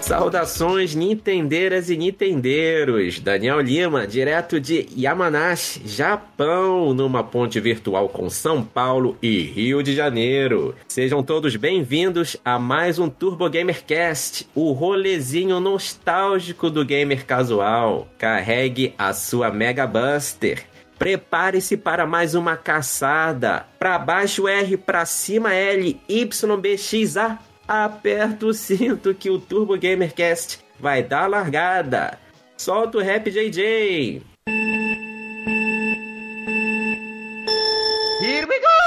Saudações nintendeiras e nintendeiros, Daniel Lima, direto de Yamanashi, Japão, numa ponte virtual com São Paulo e Rio de Janeiro. Sejam todos bem-vindos a mais um Turbo Gamercast, o rolezinho nostálgico do gamer casual. Carregue a sua Mega Buster. Prepare-se para mais uma caçada. Para baixo R, para cima L, YBXA. Aperta o cinto que o Turbo Gamercast vai dar a largada. Solta o rap, JJ. Here we go!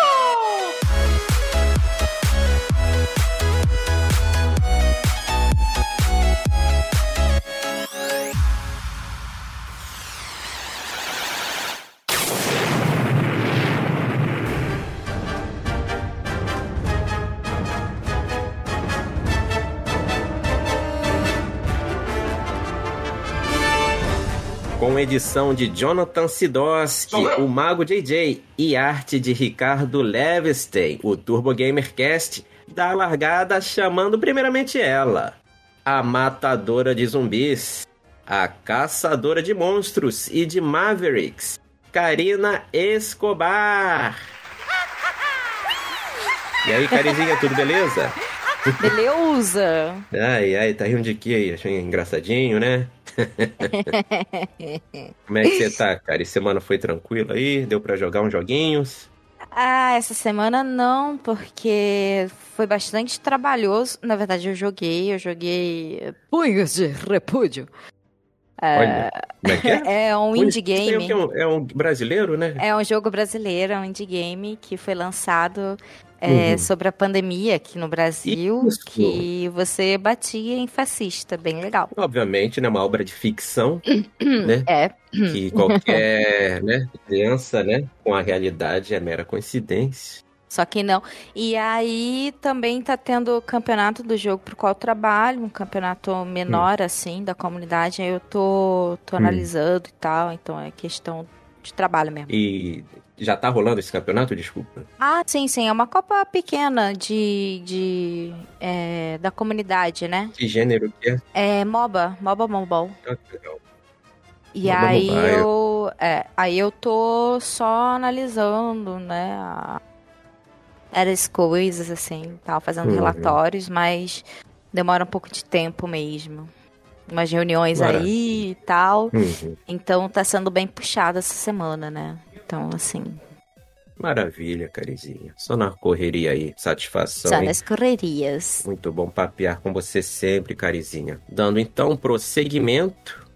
Com edição de Jonathan Sidoski, o Mago JJ, e arte de Ricardo Levestein, o Turbo Gamercast dá a largada chamando primeiramente ela, a matadora de zumbis, a caçadora de monstros e de Mavericks, Karina Escobar. E aí, Carizinha, tudo beleza? Beleza! Ai, tá rindo de quê aí? Achei engraçadinho, né? Como é que você tá, cara? E semana foi tranquila aí? Deu pra jogar uns joguinhos? Ah, essa semana não, porque foi bastante trabalhoso. Na verdade, eu joguei Punhos de Repúdio. Olha, como é que é? É um indie game. É um brasileiro, né? É um jogo brasileiro, é um indie game que foi lançado sobre a pandemia aqui no Brasil. Isso. Que você batia em fascista, bem legal. Obviamente, né? Uma obra de ficção, né? É. Que qualquer criança, né? Com a realidade é mera coincidência. Só que não. E aí também tá tendo o campeonato do jogo pro qual eu trabalho, um campeonato menor, assim, da comunidade. Aí eu tô analisando e tal, então é questão de trabalho mesmo. E já tá rolando esse campeonato, desculpa? Ah, sim, é uma copa pequena da comunidade, né? Que gênero que é? É MOBA Mobile. Ah, que legal. E aí eu tô só analisando, né, as coisas, assim, tal, fazendo relatórios, mas demora um pouco de tempo mesmo. Umas reuniões aí e tal. Então tá sendo bem puxado essa semana, né? Então, assim... Maravilha, Carizinha. Só na correria aí. Satisfação. Só nas correrias. Muito bom papear com você sempre, Carizinha. Dando então prosseguimento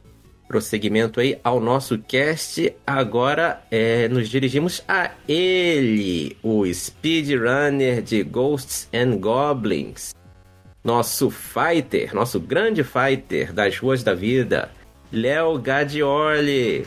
aí ao nosso cast. Agora nos dirigimos a ele, o speedrunner de Ghosts and Goblins, nosso grande fighter das ruas da vida, Léo Gadioli.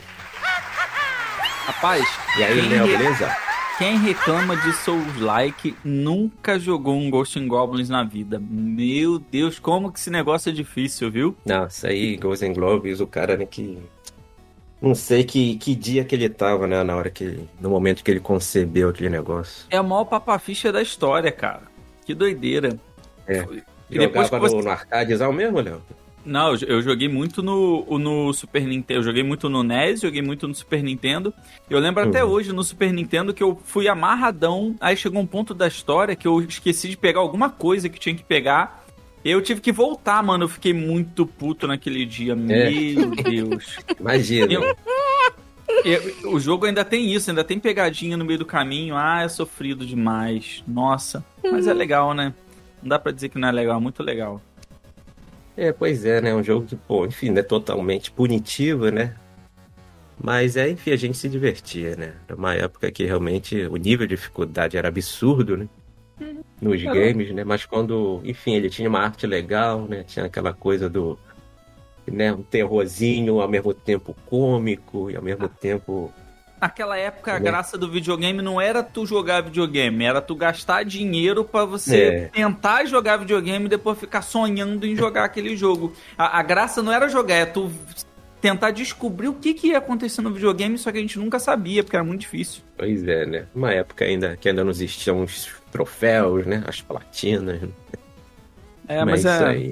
Rapaz, e aí, Léo, beleza? Quem reclama de Souls-like nunca jogou um Ghosts and Goblins na vida. Meu Deus, como que esse negócio é difícil, viu? Não, isso aí, Ghosts and Goblins, o cara, né, que... Não sei que dia que ele tava, né, no momento que ele concebeu aquele negócio. É o maior papaficha da história, cara. Que doideira. Jogava no arcadezão mesmo, Léo? Não, eu joguei muito no Super Nintendo. Eu joguei muito no NES, joguei muito no Super Nintendo. Eu lembro até hoje no Super Nintendo que eu fui amarradão. Aí chegou um ponto da história que eu esqueci de pegar alguma coisa que tinha que pegar. Eu tive que voltar, mano. Eu fiquei muito puto naquele dia. Meu Deus. Imagina. O jogo ainda tem isso, ainda tem pegadinha no meio do caminho. Ah, é sofrido demais. Nossa. Mas é legal, né? Não dá pra dizer que não é legal, é muito legal. Pois é, né? Um jogo que, enfim, não é totalmente punitivo, né? Mas enfim, a gente se divertia, né? Era uma época que realmente o nível de dificuldade era absurdo, né? Nos games, né? Mas quando, enfim, ele tinha uma arte legal, né? Tinha aquela coisa do, né? Um terrorzinho, ao mesmo tempo cômico e ao mesmo tempo... Naquela época, a graça do videogame não era tu jogar videogame, era tu gastar dinheiro pra você tentar jogar videogame e depois ficar sonhando em jogar aquele jogo. A graça não era jogar, é tu tentar descobrir o que ia acontecer no videogame, só que a gente nunca sabia, porque era muito difícil. Pois é, né? Uma época que ainda não existiam os troféus, né? As platinas. Mas isso aí.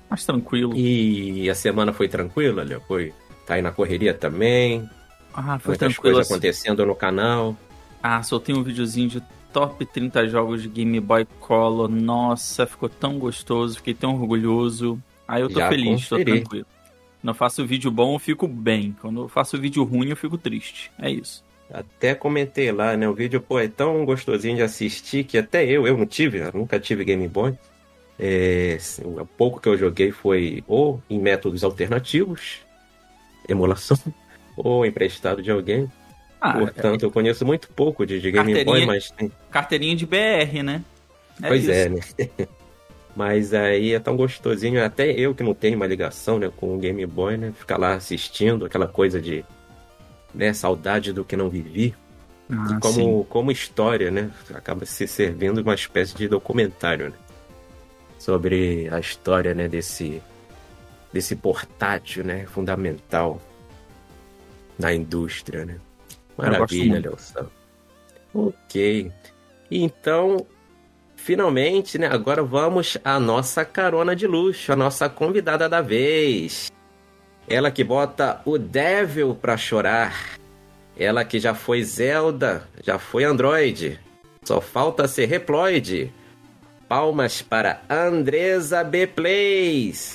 mais tranquilo. E a semana foi tranquila, Léo? Tá aí na correria também? Foi muitas tranquilo. coisas acontecendo no canal. Soltei um videozinho de top 30 jogos de Game Boy Color. Nossa, ficou tão gostoso, fiquei tão orgulhoso. Aí eu tô feliz, tô tranquilo. Quando eu faço vídeo bom, eu fico bem. Quando eu faço vídeo ruim, eu fico triste. É isso. Até comentei lá, né? O vídeo, é tão gostosinho de assistir que até eu não tive, eu nunca tive Game Boy. O pouco que eu joguei foi ou em métodos alternativos, emulação, ou emprestado de alguém. Portanto, eu conheço muito pouco de Game Boy, mas... Carteirinha de BR, né? Pois é, né? Mas aí é tão gostosinho, até eu que não tenho uma ligação, né, com o Game Boy, né? Ficar lá assistindo, aquela coisa de... né, saudade do que não vivi. E como história, né? Acaba se servindo uma espécie de documentário, né? Sobre a história, né, desse portátil, né? Fundamental na indústria, né? Maravilha, Leoção. Ok. Então, finalmente, né? Agora vamos à nossa carona de luxo, a nossa convidada da vez. Ela que bota o Devil pra chorar. Ela que já foi Zelda, já foi Android. Só falta ser Reploid. Palmas para Andresa B. Plays.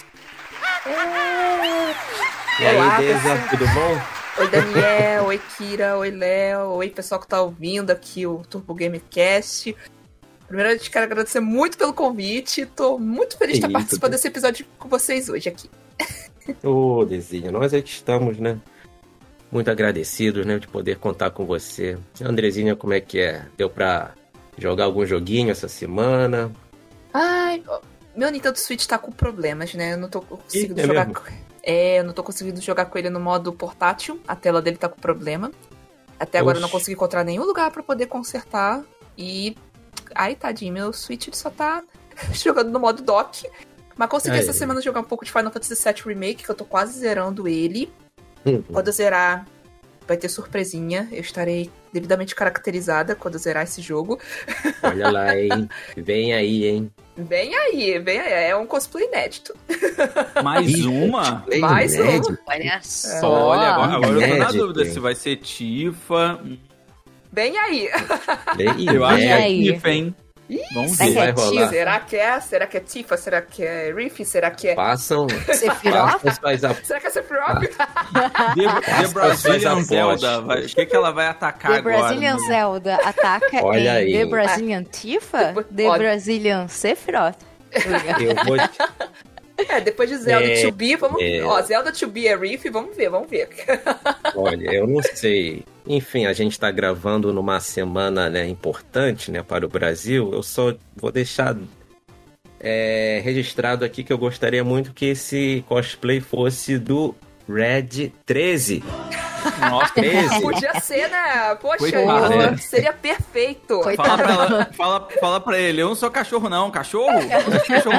E aí, Andresa, tudo bom? Oi, Daniel. Oi, Kira. Oi, Léo. Oi, pessoal que tá ouvindo aqui o Turbo Gamecast. Primeiramente, quero agradecer muito pelo convite. Tô muito feliz de estar participando desse episódio com vocês hoje aqui. Dezinho, nós é que estamos, né? Muito agradecidos, né? De poder contar com você. Andrezinha, como é que é? Deu pra jogar algum joguinho essa semana? Meu Nintendo Switch tá com problemas, né? Eu não tô conseguindo jogar... eu não tô conseguindo jogar com ele no modo portátil. A tela dele tá com problema. Até agora eu não consegui encontrar nenhum lugar pra poder consertar. E... tadinho, meu Switch ele só tá jogando no modo dock. Mas consegui essa semana jogar um pouco de Final Fantasy VII Remake, que eu tô quase zerando ele. Quando eu zerar, vai ter surpresinha. Eu estarei devidamente caracterizada quando eu zerar esse jogo. Olha lá, hein? Vem aí, hein? Vem aí. É um cosplay inédito. Mais uma? Mais uma. Olha só. Olha, agora eu tô na dúvida se vai ser Tifa. Vem aí. Eu acho que é Tifa, hein? Vamos ver. Vai rolar. Será que é Tifa? Será que é Riff? Será que é... Passam. Sephiroth? Será que é Sephiroth? The Brazilian Zelda. O que ela vai atacar agora? The Brazilian Zelda ataca Olha aí. The Brazilian Tifa? The Brazilian Sephiroth? Eu vou... depois de Zelda 2B, vamos... Zelda 2B é Riff, vamos ver. Olha, eu não sei. Enfim, a gente tá gravando numa semana, né, importante, né, para o Brasil. Eu só vou deixar registrado aqui que eu gostaria muito que esse cosplay fosse do Red 13. Nossa, 13. Podia ser, né? Poxa, Coitado. seria perfeito. Fala pra ele, eu não sou cachorro não. Cachorro? Não sou cachorro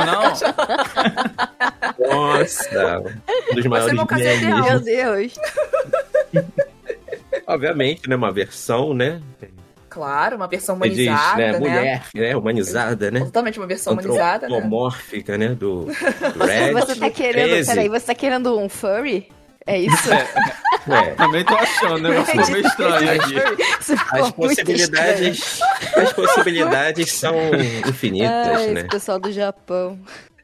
não. Nossa, um dos maiores meu caso memes. Meu Deus. Obviamente, né, uma versão, né? Claro, uma versão Você diz, humanizada, né? né? Mulher, né? Humanizada, né? Totalmente uma versão humanizada, né? Antropomórfica, né? Do Red Você tá querendo... 13. Peraí, você tá querendo um furry? É isso? Também tô achando, né? Ficou meio estranho aqui. As possibilidades são infinitas, né? Esse pessoal do Japão.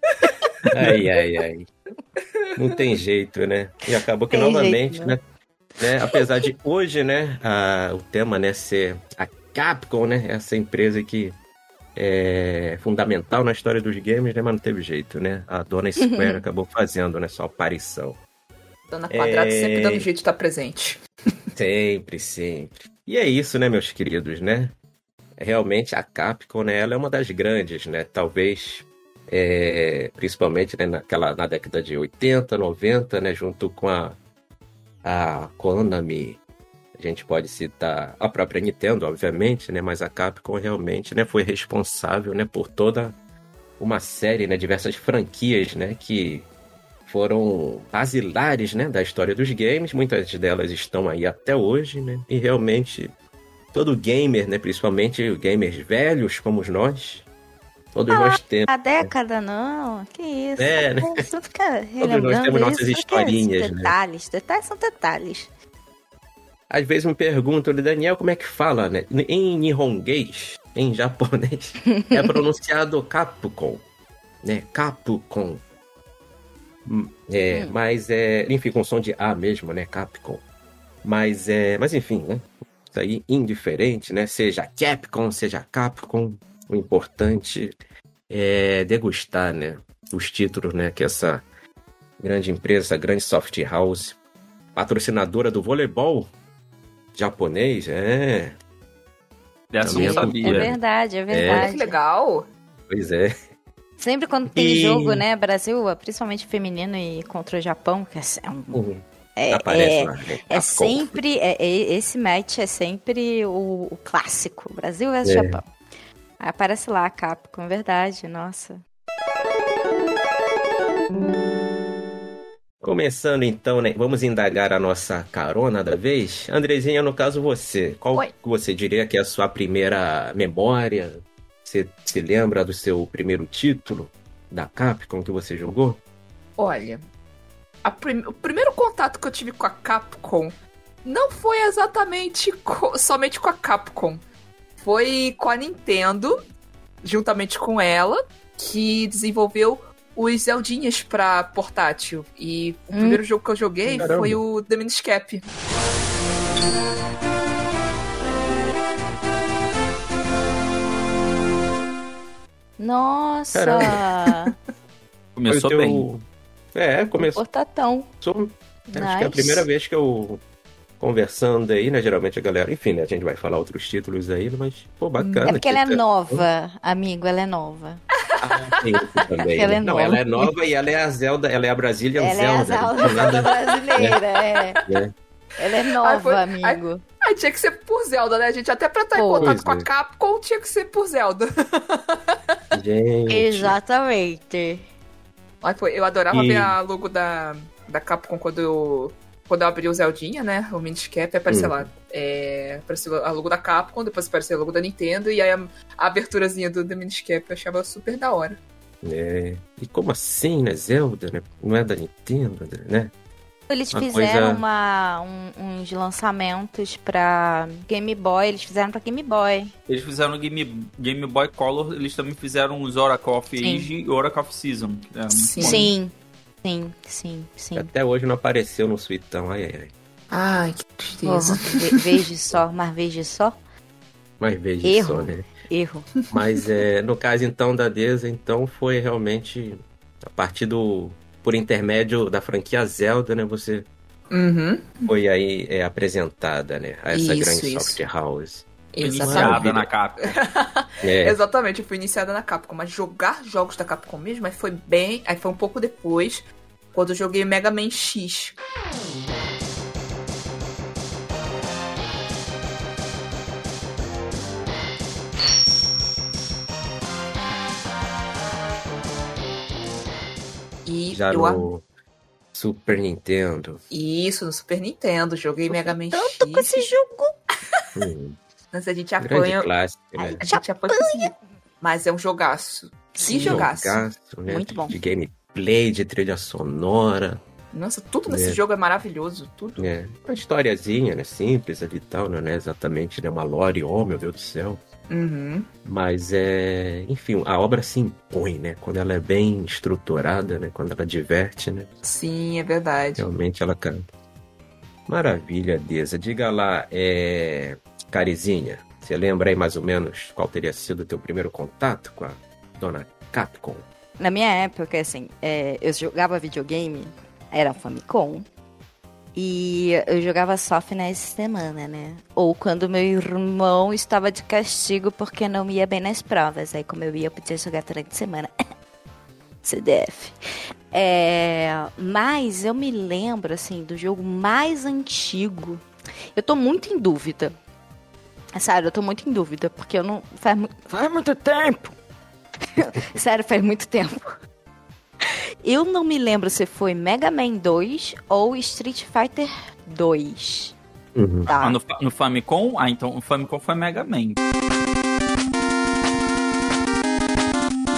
Ai. Não tem jeito, né? E acabou que novamente, jeito, né? Apesar de hoje, né? O tema, né? Ser a Capcom, né? Essa empresa que é fundamental na história dos games, né? Mas não teve jeito, né? A dona Square acabou fazendo, né? Sua aparição. Dona Quadrado sempre dando jeito de estar presente. Sempre. E é isso, né, meus queridos, né? Realmente a Capcom, né? Ela é uma das grandes, né? Talvez... principalmente, né, na década de 80, 90, né, junto com a Konami, a gente pode citar a própria Nintendo, obviamente, né, mas a Capcom realmente, né, foi responsável, né, por toda uma série, né, diversas franquias, né, que foram basilares, né, da história dos games. Muitas delas estão aí até hoje, né, e realmente todo gamer, né, principalmente gamers velhos como nós, Todos nós temos. A década, não. Que isso? Né? Você fica Todos nós temos nossas isso, historinhas, né? Detalhes são detalhes. Às vezes me perguntam, Daniel, como é que fala, né? Em nihonguês, em japonês, é pronunciado Capcom, né? Capcom. Mas enfim, com som de A mesmo, né? Capcom. Mas enfim, né? Isso aí, indiferente, né? Seja Capcom, seja Capcom, o importante é degustar, né? Os títulos, né? Que essa grande empresa, essa grande soft house, patrocinadora do voleibol japonês, Dessa eu não sabia. É verdade. Que legal. Pois é. Sempre quando tem jogo, né, Brasil, principalmente feminino e contra o Japão, que Aparece lá, né? é sempre, esse match é sempre o clássico, Brasil vs Japão. Aí aparece lá a Capcom, verdade, nossa. Começando então, né? Vamos indagar a nossa carona da vez. Andrezinha, no caso você, qual você diria que é a sua primeira memória? Você se lembra do seu primeiro título da Capcom que você jogou? Olha, o primeiro contato que eu tive com a Capcom não foi exatamente somente com a Capcom. Foi com a Nintendo, juntamente com ela, que desenvolveu os Zeldinhas pra portátil. E o primeiro jogo que eu joguei foi o The Minish Cap. Nossa! Começou bem. Começou. Portatão. Acho que é a primeira vez que eu conversando aí, né? Geralmente a galera... Enfim, né? A gente vai falar outros títulos aí, mas, pô, bacana. É porque ela é nova, amigo, ela é nova. Tem isso também. Ela é Não, nova. ela é nova e ela é a Zelda, ela é a Brazilian Zelda. Ela é a Zelda brasileira, Ela é nova, amigo. Aí tinha que ser por Zelda, né, gente? Até pra estar em contato com a Capcom, tinha que ser por Zelda. Gente. Exatamente. Mas eu adorava ver a logo da Capcom quando eu abri o Zeldinha, né? O Minish Cap, aparecia lá. Apareceu a logo da Capcom, depois apareceu a logo da Nintendo, e aí a aberturazinha do The Minish Cap eu achava super da hora. E como assim, né? Zelda, né? Não é da Nintendo, né? Eles fizeram uns lançamentos pra Game Boy, eles fizeram pra Game Boy. Eles fizeram Game Boy Color, eles também fizeram os Oracle of Age e Oracle of Season. Sim. Até hoje não apareceu no Suitão, ai. Ai, que tristeza. Veja só. Mas veja só, né? Erro. Mas no caso então da DESA, então foi realmente a partir por intermédio da franquia Zelda, né? Você foi aí apresentada, né? A essa grande soft house. Iniciada na Capcom. Exatamente, eu fui iniciada na Capcom. Mas jogar jogos da Capcom mesmo, aí foi um pouco depois, quando eu joguei Mega Man X. E já no Super Nintendo. Isso, no Super Nintendo. Joguei Mega Man X. Com esse jogo. Mas a gente apanha. Clássico, né? A gente apanha com esse jogo. Mas é um jogaço. Que jogaço. Né? Muito bom. De gameplay, de trilha sonora. Nossa, tudo nesse jogo é maravilhoso. Tudo. Uma historiazinha, né? Simples ali e tal, não é exatamente, né? Uma lore, oh meu Deus do céu. Mas enfim, a obra se impõe, né? Quando ela é bem estruturada, né? Quando ela diverte, né? Sim, é verdade. Realmente ela canta. Maravilha, Deza. Diga lá, Carizinha, você lembra aí mais ou menos qual teria sido o teu primeiro contato com a dona Capcom? Na minha época, assim, eu jogava videogame, era Famicom. E eu jogava só finais de semana, né? Ou quando meu irmão estava de castigo porque não ia bem nas provas. Aí como eu podia jogar durante a semana. CDF. Mas eu me lembro, assim, do jogo mais antigo. Eu tô muito em dúvida. Sério, eu tô muito em dúvida. Porque eu não... Faz muito tempo. Sério, faz muito tempo. Eu não me lembro se foi Mega Man 2 ou Street Fighter 2. Tá. No Famicom? Então o Famicom foi Mega Man.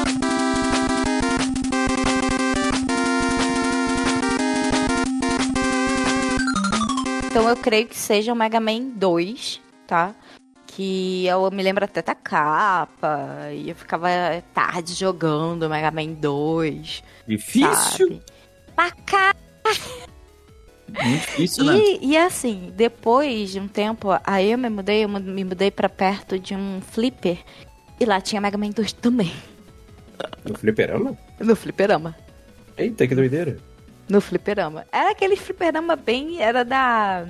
creio que seja o Mega Man 2, tá? Que eu me lembro até da capa, e eu ficava tarde jogando Mega Man 2. Difícil? Sabe? Pra cá! Muito difícil, né? E assim, depois de um tempo, aí eu me mudei pra perto de um flipper, e lá tinha Mega Man 2 também. No fliperama? No fliperama. Eita, que doideira. No fliperama. Era aquele fliperama bem... Era da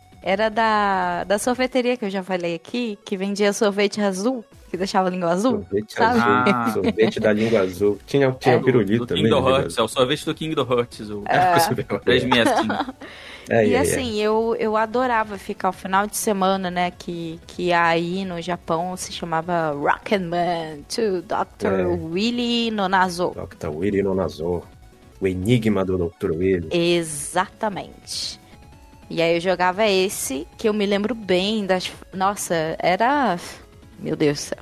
sorveteria que eu já falei aqui, que vendia sorvete azul, que deixava a língua azul. Sorvete sabe? azul. Sorvete da língua azul. Tinha pirulito também. King do Hearts, é o sorvete do King do Hearts. O 365. E assim, eu adorava ficar o final de semana, né, que aí no Japão se chamava Rocketman to Dr. Willy Nonazo. Dr. Willy Nonazo. O enigma do Dr. Willy. Exatamente. E aí eu jogava esse, que eu me lembro bem das... Nossa, era... Meu Deus do céu.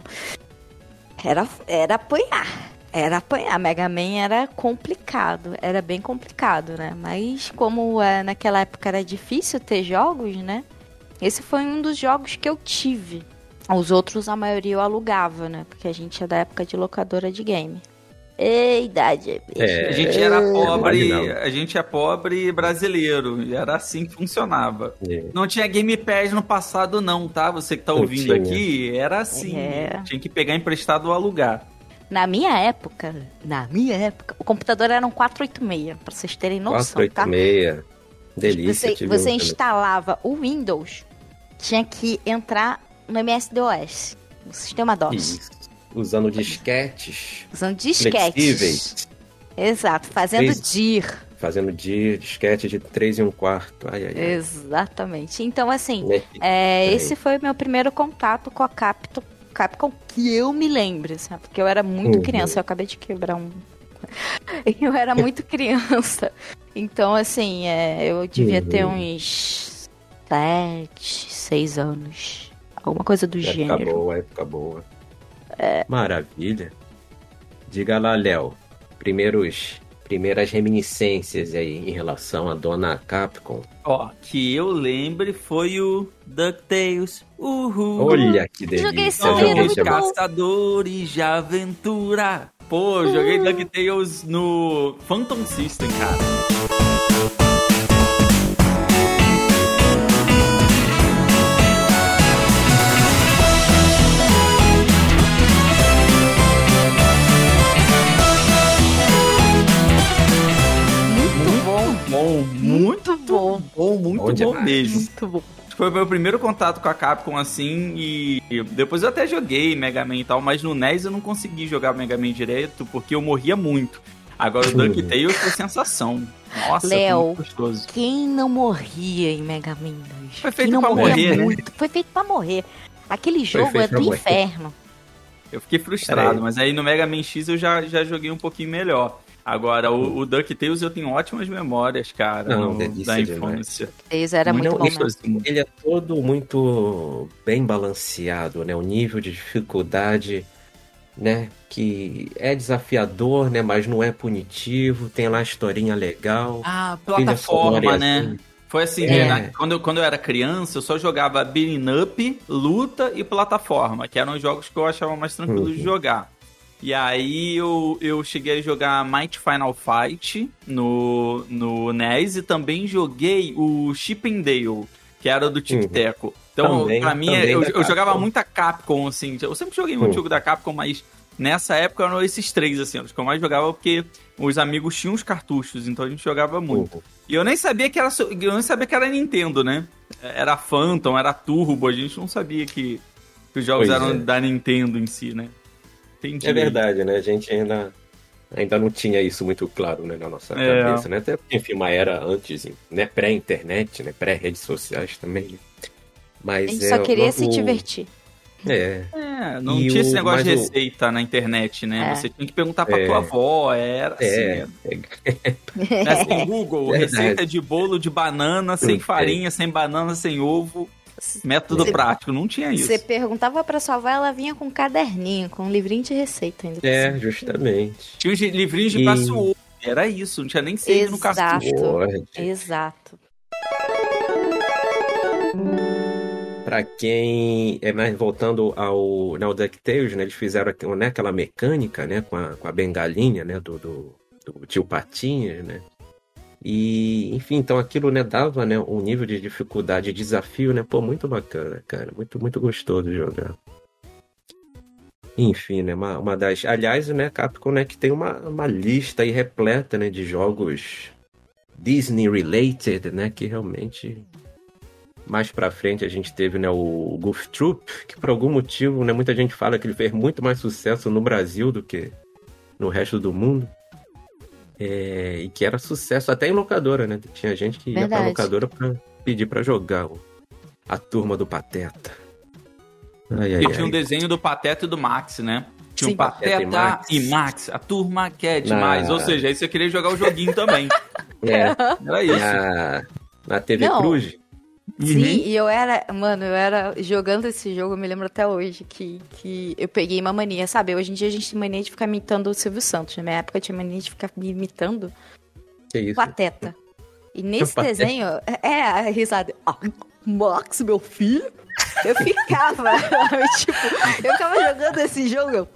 Era apanhar. Era apanhar. Mega Man era complicado. Era bem complicado, né? Mas como naquela época era difícil ter jogos, né? Esse foi um dos jogos que eu tive. Os outros, a maioria eu alugava, né? Porque a gente é da época de locadora de game. Idade. A gente era pobre, a gente é pobre brasileiro, e era assim que funcionava. Não tinha Game Pass no passado não, tá? Você que tá ouvindo aqui, era assim, tinha que pegar emprestado ou alugar. Na minha época, o computador era um 486, pra vocês terem noção, 486, delícia. Você instalava o Windows, tinha que entrar no MS-DOS, no sistema DOS. Isso. Usando disquetes. Flexíveis. Exato, fazendo DIR. Fazendo DIR, disquete de 3 1/4. Exatamente. Então, assim, esse foi o meu primeiro contato com a Capcom que eu me lembro, sabe? Porque eu era muito criança, eu acabei de quebrar um... Eu era muito criança. Então, assim, eu devia ter uns 7, 6 anos. Alguma coisa do gênero. Época boa. Maravilha. Diga lá, Léo. Primeiras reminiscências aí em relação à dona Capcom. Que eu lembre foi o DuckTales. Olha que delícia. Joguei Sonic, Caçadores de Aventura. Pô, joguei DuckTales no Phantom System, cara. Muito bom mesmo. Muito bom. Foi o meu primeiro contato com a Capcom, assim, e depois eu até joguei Mega Man e tal, mas no NES eu não consegui jogar Mega Man direto, porque eu morria muito. Agora o DuckTales foi sensação. Nossa, Léo, foi muito gostoso. Quem não morria em Mega Man 2? Foi feito pra morrer, né? Foi feito pra morrer. Aquele jogo é do inferno. Eu fiquei frustrado, mas aí no Mega Man X eu já joguei um pouquinho melhor. Agora, o DuckTales eu tenho ótimas memórias, cara, da infância. Demais. Era muito bom mesmo. Ele é todo muito bem balanceado, né? O nível de dificuldade, né? Que é desafiador, né? Mas não é punitivo. Tem lá a historinha legal. Plataforma, né? Assim. Foi assim, quando eu era criança, eu só jogava beating up, luta e plataforma, que eram os jogos que eu achava mais tranquilo de jogar. E aí eu cheguei a jogar Might Final Fight no NES e também joguei o Chip and Dale, que era do Tic Teco. Então, pra mim, eu jogava muita Capcom, assim. Eu sempre joguei muito jogo da Capcom, mas nessa época eram esses três, assim, os que eu mais jogava, porque os amigos tinham os cartuchos, então a gente jogava muito. E eu nem sabia que era Nintendo, né? Era Phantom, era Turbo, a gente não sabia que os jogos eram da Nintendo em si, né? Entendi. É verdade, né? A gente ainda não tinha isso muito claro, né, na nossa cabeça, né? Até porque, enfim, uma era antes, né? Pré-internet, né? Pré-redes sociais também, né? Mas a gente só queria se divertir. Não tinha esse negócio de receita na internet, né? Você tinha que perguntar pra tua avó, era assim. Sem Google, receita de bolo de banana, sem farinha, sem banana, sem ovo. Método prático, não tinha isso. Você perguntava pra sua avó, ela vinha com um caderninho, com um livrinho de receita ainda. Justamente. Tinha os livrinhos de password, era isso, não tinha nem save no cartucho. Exato. Pra quem... voltando ao DuckTales, né? Eles fizeram né, aquela mecânica, né? Com a bengalinha, né? Do tio Patinhas, né? E, enfim, então aquilo, né? Dava, né? Um nível de dificuldade, desafio, né? Pô, muito bacana, cara. Muito, muito gostoso de jogar. Enfim, né? Uma das... Aliás, né? Capcom, né? Que tem uma lista aí repleta, né? De jogos Disney-related, né? Que realmente... Mais pra frente a gente teve, né, o Goof Troop, que por algum motivo, né, muita gente fala que ele fez muito mais sucesso no Brasil do que no resto do mundo. E que era sucesso até em locadora, né? Tinha gente que ia pra locadora pra pedir pra jogar a Turma do Pateta. E tinha um desenho do Pateta e do Max, né? Tinha um Pateta e Max. A turma quer demais. Ou seja, aí você queria jogar o joguinho também. Era isso. Na TV Cruz. Sim, e eu era jogando esse jogo, eu me lembro até hoje que eu peguei uma mania, sabe? Hoje em dia a gente tem mania de ficar imitando o Silvio Santos. Na minha época eu tinha mania de ficar imitando o Pateta. E nesse desenho, a risada, Max, meu filho, eu ficava, eu ficava jogando esse jogo,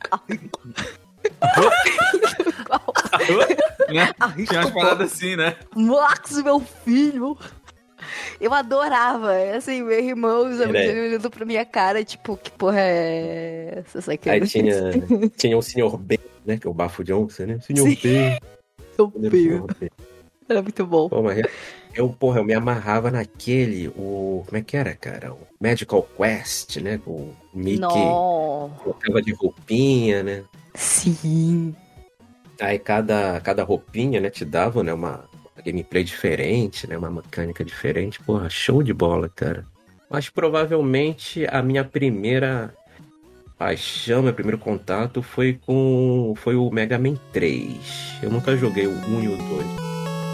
Tinha umas paradas assim, né? Max, meu filho. Eu adorava, assim, meu irmão olhando pra minha cara, tipo, que porra é essa? Aí tinha o Sr. B, né, que é o Bafo de Onça, né? Sr. B. Sr. B. Era muito bom. Pô, mas eu me amarrava naquele, como é que era, cara? O Magical Quest, né? O Mickey colocava de roupinha, né? Sim. Aí cada roupinha, né, te dava, né, uma gameplay diferente, né? Uma mecânica diferente. Porra, show de bola, cara. Mas provavelmente a minha primeira paixão, meu primeiro contato foi o Mega Man 3. Eu nunca joguei o 1 e o 2.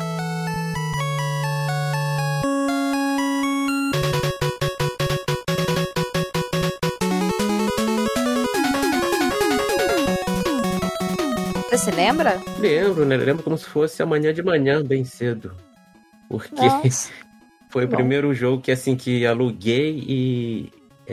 Você lembra? Lembro, né? Lembro como se fosse amanhã de manhã, bem cedo. Porque foi o primeiro jogo que, assim, que aluguei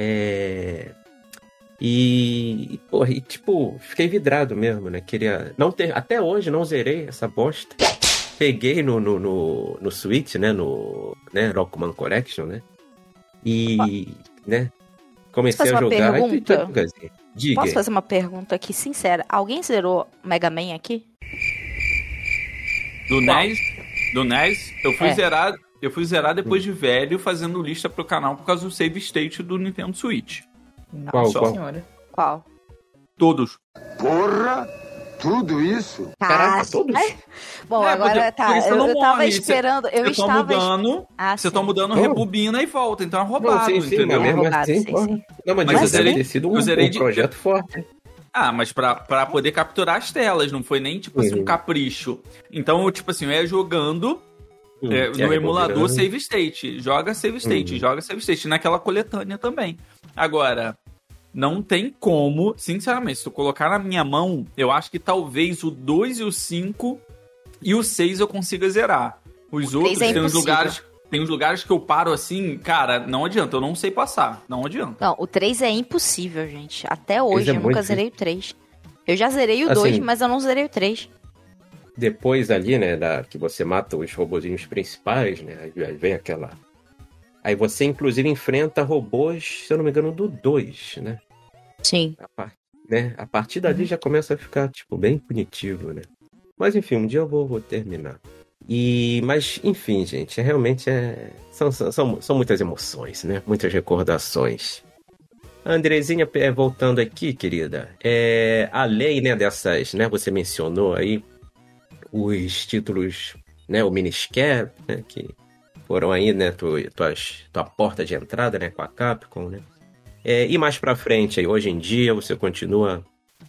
porra, tipo, fiquei vidrado mesmo, né? Queria não ter... Até hoje não zerei essa bosta. Peguei no Switch, né? No Rockman Collection, né? E, né? Comecei a jogar. Diga. Posso fazer uma pergunta aqui sincera? Alguém zerou Mega Man aqui? Do NES, eu fui zerar depois de velho, fazendo lista pro canal por causa do save state do Nintendo Switch. Nossa senhora. Qual? Todos. Porra! Tudo isso? Caraca, todos? Bom, agora tá. Eu tava esperando. Você tá mudando, rebobina e volta. Então é roubado, entendeu? Não, mas deve ter sido um projeto forte. Mas pra poder capturar as telas, não foi nem, tipo assim, um capricho. Então, tipo assim, eu ia jogando no emulador save state. Joga save state, joga save state. Naquela coletânea também. Agora... Não tem como, sinceramente, se tu colocar na minha mão, eu acho que talvez o 2 e o 5 e o 6 eu consiga zerar. Os outros, tem uns lugares que eu paro assim, cara, não adianta, eu não sei passar, não adianta. Não, o 3 é impossível, gente. Até hoje eu nunca zerei o 3. Eu já zerei o 2, mas eu não zerei o 3. Depois ali, né, que você mata os robozinhos principais, né, aí vem aquela... Aí você, inclusive, enfrenta robôs, se eu não me engano, do 2, né? Sim. A partir dali já começa a ficar, tipo, bem punitivo, né? Mas, enfim, um dia eu vou terminar. Mas, enfim, gente, realmente são muitas emoções, né? Muitas recordações. A Andrezinha, voltando aqui, querida, além, né, dessas, né? Você mencionou aí os títulos, né? O Miniscap, né? Que... foram aí, né, tua porta de entrada, né, com a Capcom, né? E mais pra frente, aí, hoje em dia, você continua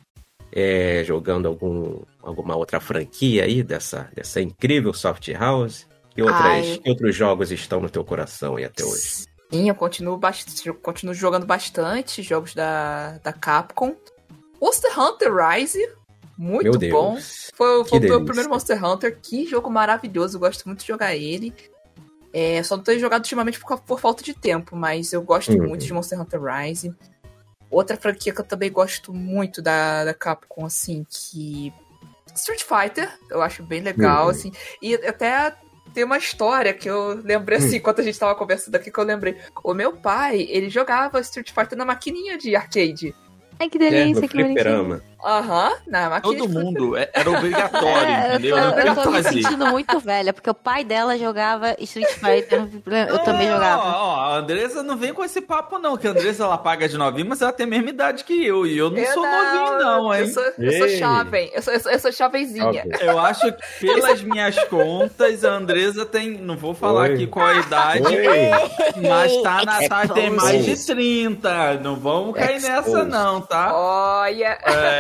jogando alguma outra franquia aí dessa incrível Soft House? Que outros jogos estão no teu coração aí até hoje? Sim, eu continuo jogando bastante jogos da Capcom. Monster Hunter Rise, muito bom. Foi o meu primeiro Monster Hunter, que jogo maravilhoso, eu gosto muito de jogar ele. Só não tenho jogado ultimamente por falta de tempo, mas eu gosto muito de Monster Hunter Rise. Outra franquia que eu também gosto muito da Capcom, assim, que... Street Fighter, eu acho bem legal, assim. E até tem uma história que eu lembrei, assim, enquanto a gente tava conversando aqui, que eu lembrei. O meu pai, ele jogava Street Fighter na maquininha de arcade. Ai, que delícia, que bonitinho. Na máquina. Todo mundo, era obrigatório, entendeu? Eu tô me sentindo muito velha, porque o pai dela jogava Street Fighter, eu também jogava. A Andressa não vem com esse papo não, que a Andressa ela paga de novinha, mas ela tem a mesma idade que eu, e eu não sou novinho não, hein? Eu sou jovem, eu sou jovenzinha. Eu acho que pelas minhas contas, a Andressa tem, não vou falar aqui qual a idade, mas tem mais de 30, não vamos cair nessa não, tá? Olha...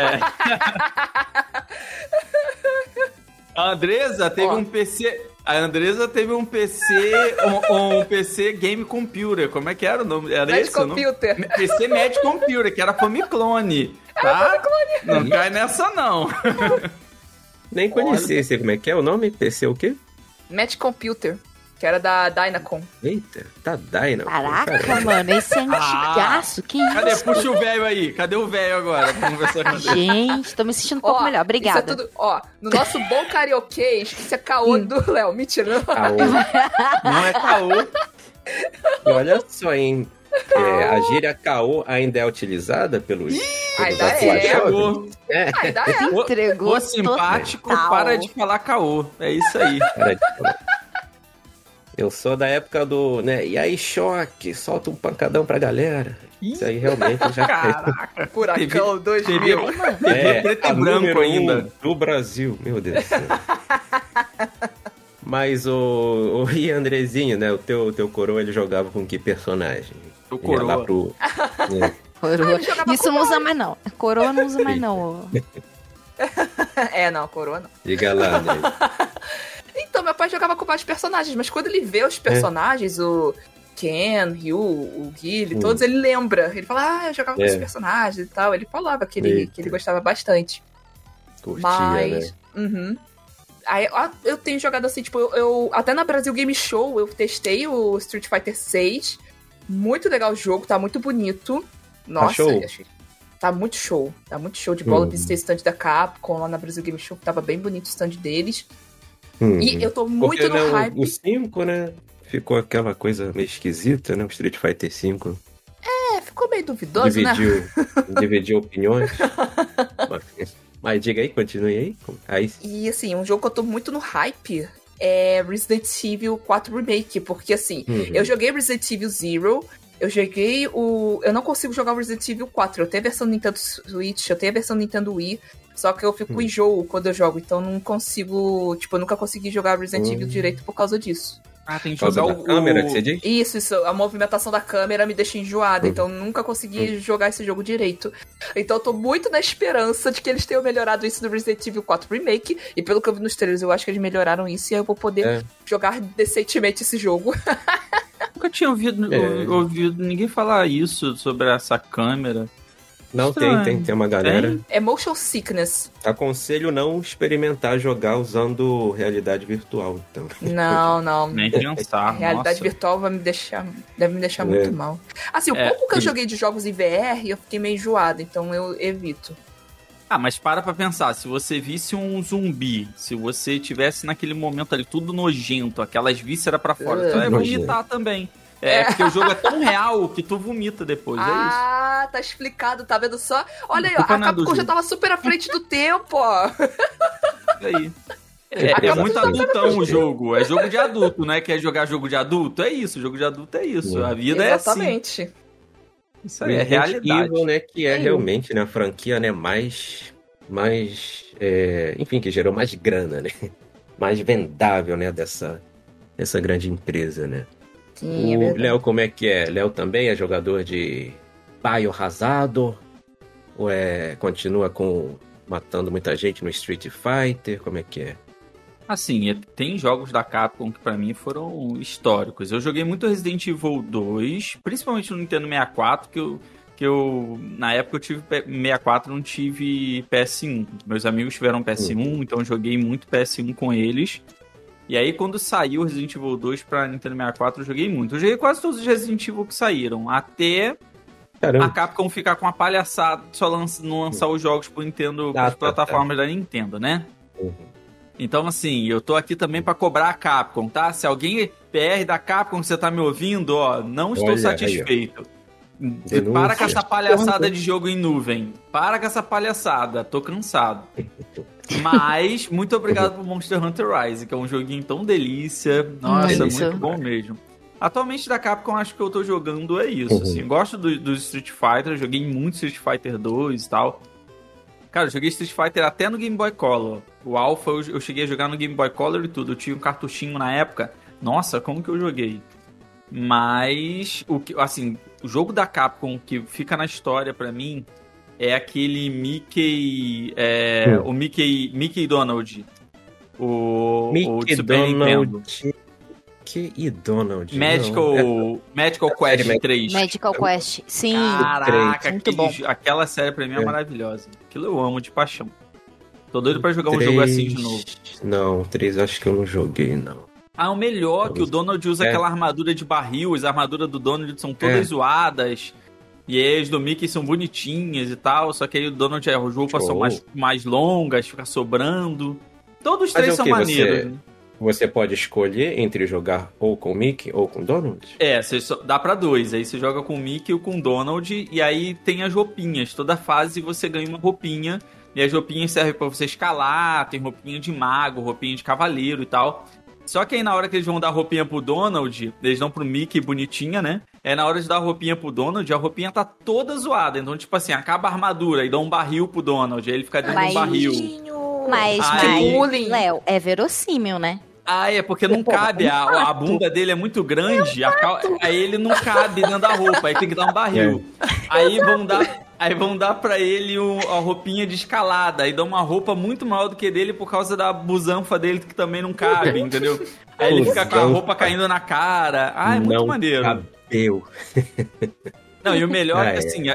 A Andressa teve um PC. A Andressa teve um PC. Um PC Game Computer. Como é que era o nome? Era Mad esse Computer. Não? PC Mad Computer, que era Famiclone. Tá? Não cai nessa, não. Nem conhecia esse. Como é que é o nome? PC o quê? Mad Computer. Que era da Dynacon. Eita, da Dynacon. Caraca, mano, esse é antigaço. Que isso? Cadê? Puxa o velho aí. Cadê o velho agora? Vamos conversar com ele. Gente, tô me sentindo um pouco melhor. Obrigada. Isso é tudo, no nosso bom carioquês, isso é caô do Léo. Mentira, não. Caô. Não é caô. E olha só, hein? A gíria caô ainda é utilizada pelos ainda atuais. Ainda é. Entregou O simpático total. para de falar caô. É isso aí. Para de falar. Eu sou da época do, né? E aí, choque, solta um pancadão pra galera. Isso aí realmente já Caraca. Furacão 2000. Preto e branco ainda. Do Brasil, meu Deus do céu. Mas o Andrezinho, né? O teu coroa, ele jogava com que personagem? O coroa. Lá pro... Coroa. Isso não usa mais, não. Coroa não usa mais, não. Não, coroa não. Diga lá, né? Então, meu pai jogava com vários personagens, mas quando ele vê os personagens, o Ken, Ryu, o Guile, todos, ele lembra. Ele fala, eu jogava com esses personagens e tal. Ele falava que ele gostava bastante. Curtia, né? Aí, eu tenho jogado assim, tipo, eu até na Brasil Game Show eu testei o Street Fighter 6. Muito legal o jogo, tá muito bonito. Nossa, achei. Tá muito show de bola. Visitei o stand da Capcom lá na Brasil Game Show, que tava bem bonito o stand deles. E eu tô muito porque, no hype. O 5, né? Ficou aquela coisa meio esquisita, né? O Street Fighter 5. Ficou meio duvidoso, né? Dividiu opiniões. Mas diga aí, continue aí. E assim, um jogo que eu tô muito no hype é Resident Evil 4 Remake. Porque assim, eu joguei Resident Evil Zero. Eu joguei eu não consigo jogar o Resident Evil 4. Eu tenho a versão Nintendo Switch, eu tenho a versão Nintendo Wii. Só que eu fico enjoo quando eu jogo, então não consigo... Tipo, eu nunca consegui jogar Resident Evil direito por causa disso. Tem que jogar a câmera que você diz? Isso, a movimentação da câmera me deixa enjoada, então eu nunca consegui jogar esse jogo direito. Então eu tô muito na esperança de que eles tenham melhorado isso no Resident Evil 4 Remake, e pelo que eu vi nos trailers, eu acho que eles melhoraram isso, e aí eu vou poder jogar decentemente esse jogo. Nunca tinha ouvido ninguém falar isso sobre essa câmera. Não, tem uma galera. É motion sickness. Aconselho não experimentar jogar usando realidade virtual, então. Não. Nem pensar. Realidade virtual deve me deixar muito mal. Assim, o pouco que eu joguei de jogos em VR, eu fiquei meio enjoada, então eu evito. Mas para pensar, se você visse um zumbi, se você tivesse naquele momento ali tudo nojento, aquelas vísceras pra fora, você vai vomitar também. Porque o jogo é tão real que tu vomita depois, é isso. Tá explicado, tá vendo só? Olha aí, ó, a Capcom já tava super à frente do tempo, ó. Isso aí. É muito adultão o jogo. É jogo de adulto, né? Quer jogar jogo de adulto? É isso, jogo de adulto é isso. A vida Exatamente. É assim. Isso aí, é realidade. Evil, né, que é realmente, né, a franquia, né, mais enfim, que gerou mais grana, né? Mais vendável, né, dessa grande empresa, né? Sim, o Léo, como é que é? Léo também é jogador de Biohazard? Ou continua matando muita gente no Street Fighter? Como é que é? Assim, tem jogos da Capcom que pra mim foram históricos. Eu joguei muito Resident Evil 2, principalmente no Nintendo 64, que eu na época eu tive 64, não tive PS1. Meus amigos tiveram PS1, então eu joguei muito PS1 com eles. E aí, quando saiu o Resident Evil 2 pra Nintendo 64, eu joguei muito. Eu joguei quase todos os Resident Evil que saíram, até a Capcom ficar com uma palhaçada de só não lançar os jogos pro Nintendo, pras plataformas da Nintendo, né? Então, assim, eu tô aqui também pra cobrar a Capcom, tá? Se alguém PR da Capcom que você tá me ouvindo, ó, não estou satisfeito. Para com essa palhaçada de jogo em nuvem. Para com essa palhaçada. Tô cansado. Mas, muito obrigado por Monster Hunter Rise, que é um joguinho tão delícia. Nossa, muito bom mesmo. Atualmente da Capcom, acho que eu tô jogando é isso. Assim, gosto do Street Fighter, joguei muito Street Fighter 2 e tal. Cara, eu joguei Street Fighter até no Game Boy Color. O Alpha eu cheguei a jogar no Game Boy Color e tudo. Eu tinha um cartuchinho na época. Nossa, como que eu joguei? Mas, o jogo da Capcom que fica na história pra mim é aquele Mickey... o Mickey Donald. O Mickey Super Nintendo. E Donald. Magical Quest 3. Magical Quest, sim. Caraca, muito bom. Aquela série pra mim é maravilhosa. Aquilo eu amo de paixão. Tô doido pra jogar um jogo assim de novo. Não, 3 acho que eu não joguei, não. O melhor, que o Donald usa aquela armadura de barril, as armaduras do Donald são todas zoadas, e as do Mickey são bonitinhas e tal, só que aí o Donald, as roupas são mais longas, fica sobrando. Todos os três são maneiros. Você pode escolher entre jogar ou com o Mickey ou com o Donald? Dá pra 2, aí você joga com o Mickey ou com o Donald, e aí tem as roupinhas, toda fase você ganha uma roupinha, e as roupinhas servem pra você escalar, tem roupinha de mago, roupinha de cavaleiro e tal. Só que aí na hora que eles vão dar roupinha pro Donald, eles dão pro Mickey bonitinha, né? Na hora de dar a roupinha pro Donald, a roupinha tá toda zoada. Então, tipo assim, acaba a armadura e dá um barril pro Donald, aí ele fica dentro de um barril. Mas Léo, é verossímil, né? É porque não cabe, a bunda dele é muito grande, aí ele não cabe dentro da roupa, aí tem que dar um barril. Aí vão dar pra ele a roupinha de escalada, aí dá uma roupa muito maior do que dele por causa da busanfa dele que também não cabe, entendeu? Aí ele fica com a roupa caindo na cara. É muito maneiro. Cabeu. Não, e o melhor é assim,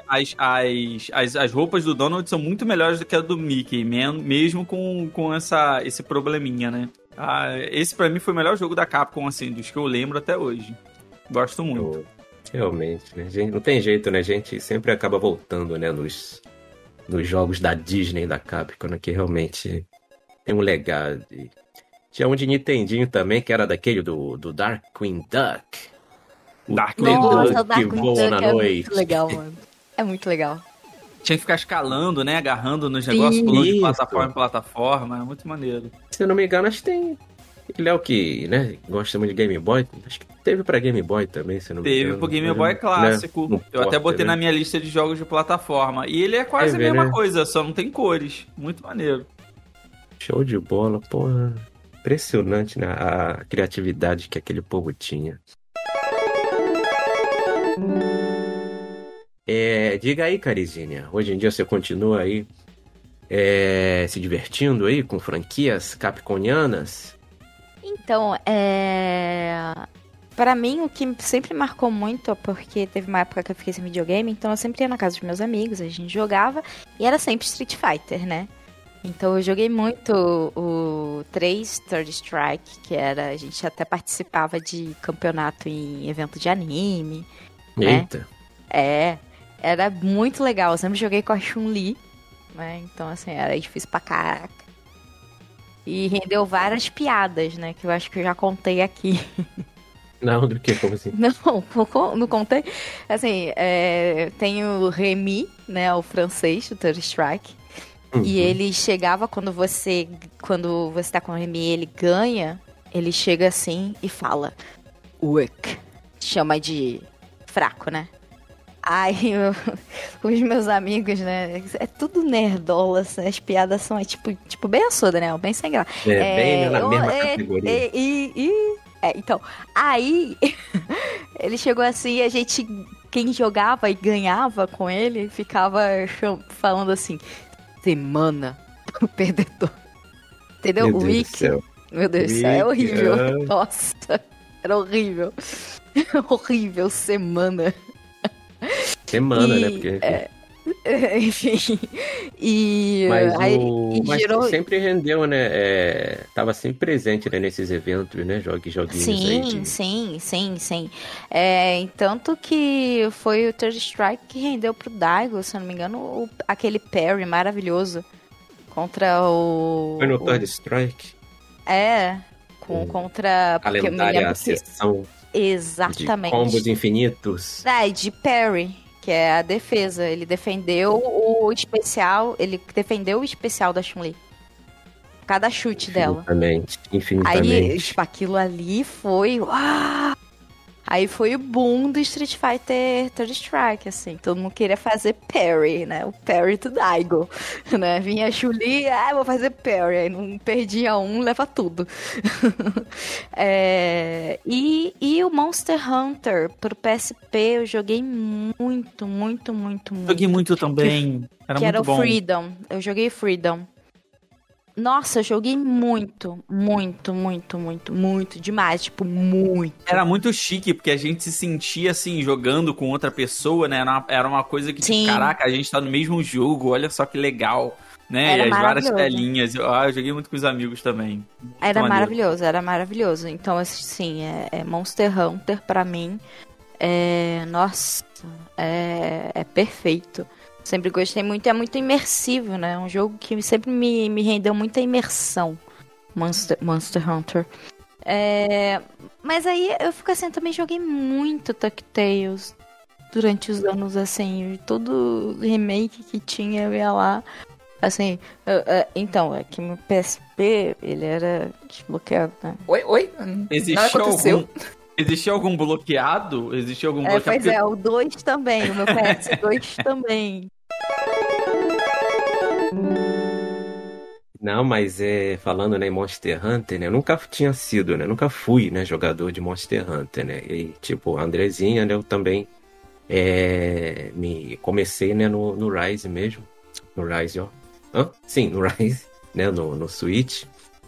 as roupas do Donald são muito melhores do que a do Mickey, mesmo com esse probleminha, né? Esse pra mim foi o melhor jogo da Capcom, assim, dos que eu lembro até hoje. Gosto muito. Realmente, né? Gente, não tem jeito, né? A gente sempre acaba voltando, né? Nos jogos da Disney, da Capcom, né? Que realmente tem um legado. Tinha um de Nintendinho também, que era daquele do Darkwing Duck. Darkwing Duck que voa na noite. Muito legal, mano. É muito legal. Tinha que ficar escalando, né? Agarrando nos negócios, pulando de plataforma em plataforma. É muito maneiro. Se eu não me engano, acho que tem... Ele é o que, né? Gosta muito de Game Boy. Acho que teve pra Game Boy também, se eu não me engano. Teve pro Game Boy clássico. Né? Eu até botei na minha lista de jogos de plataforma. E ele é quase a mesma coisa, só não tem cores. Muito maneiro. Show de bola, porra. Impressionante, né? A criatividade que aquele povo tinha. Diga aí, Carizinha. Hoje em dia você continua aí se divertindo aí com franquias capconianas? Então, pra mim, o que sempre marcou muito, porque teve uma época que eu fiquei sem videogame, então eu sempre ia na casa dos meus amigos, a gente jogava, e era sempre Street Fighter, né? Então eu joguei muito o 3 Third Strike, que era, a gente até participava de campeonato em evento de anime. Eita! Né? Era muito legal, eu sempre joguei com a Chun-Li, né? Então assim, era difícil pra caraca. E rendeu várias piadas, né? Que eu acho que eu já contei aqui. Não, do que? Como assim? Não contei. Assim, tem o Remy, né? O francês, o Third Strike. Uhum. E ele chegava quando você tá com o Remy, ele ganha. Ele chega assim e fala weak. Chama de fraco, né? Aí, os meus amigos, né? É tudo nerdola, assim, as piadas são tipo bem assuda, né? Bem sem graça. Bem na mesma categoria. Então, aí ele chegou assim e quem jogava e ganhava com ele, ficava falando assim, semana pro perdedor. Entendeu? Meu Deus do céu. Meu Deus do céu, é horrível. Nossa, era horrível. Horrível, semana. Semana, né? Porque Enfim. E mas gerou... sempre rendeu, né? Tava sempre presente, né, nesses eventos, né? Joguinhos Sim. Tanto que foi o Third Strike que rendeu pro Daigo, se eu não me engano, aquele parry maravilhoso contra o... Foi no Third Strike? Contra... A lendária sessão exatamente. De combos infinitos. De parry, que é a defesa. Ele defendeu o especial da Chun-Li. Cada chute dela. Infinitamente. Aí, aquilo ali foi... Uau! Aí foi o boom do Street Fighter Third Strike, assim. Todo mundo queria fazer parry, né? O parry do Daigo, né? Vinha a Chun-Li, vou fazer parry. Aí não perdia um, leva tudo. E o Monster Hunter pro PSP eu joguei muito. Joguei muito também. Era o Freedom. Eu joguei Freedom. Nossa, eu joguei muito demais, tipo, muito. Era muito chique, porque a gente se sentia, assim, jogando com outra pessoa, né? Era uma coisa que, tipo, caraca, a gente tá no mesmo jogo, olha só que legal, né? Era e as várias telinhas. Eu joguei muito com os amigos também. Era maravilhoso. Então, assim, Monster Hunter, pra mim, nossa, é perfeito. Sempre gostei muito, é muito imersivo, né? Um jogo que sempre me rendeu muita imersão, Monster Hunter. Mas aí eu fico assim, também joguei muito DuckTales durante os anos, assim, todo remake que tinha, eu ia lá, assim, então, é que meu PSP, ele era desbloqueado, né? Oi? Nada aconteceu. Existiu algum bloqueado? Pois o 2 também, o meu PS2 também. Não, mas falando, né, em Monster Hunter, né, eu nunca tinha sido, né, nunca fui, né, jogador de Monster Hunter, né, e tipo, a Andrezinha, né, eu também comecei, né, no Rise mesmo, no Rise, ó, sim, no Rise, né, no Switch,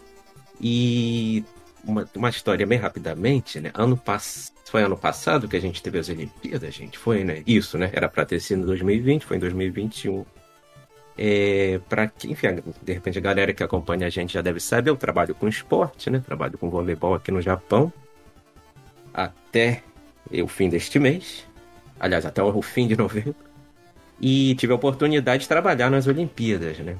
e uma história bem rapidamente, né, foi ano passado que a gente teve as Olimpíadas, gente, foi, né, isso, né, era pra ter sido em 2020, foi em 2021, para que, enfim, de repente a galera que acompanha a gente já deve saber, eu trabalho com esporte, né? Trabalho com voleibol aqui no Japão até o fim deste mês, aliás, até o fim de novembro, e tive a oportunidade de trabalhar nas Olimpíadas, né?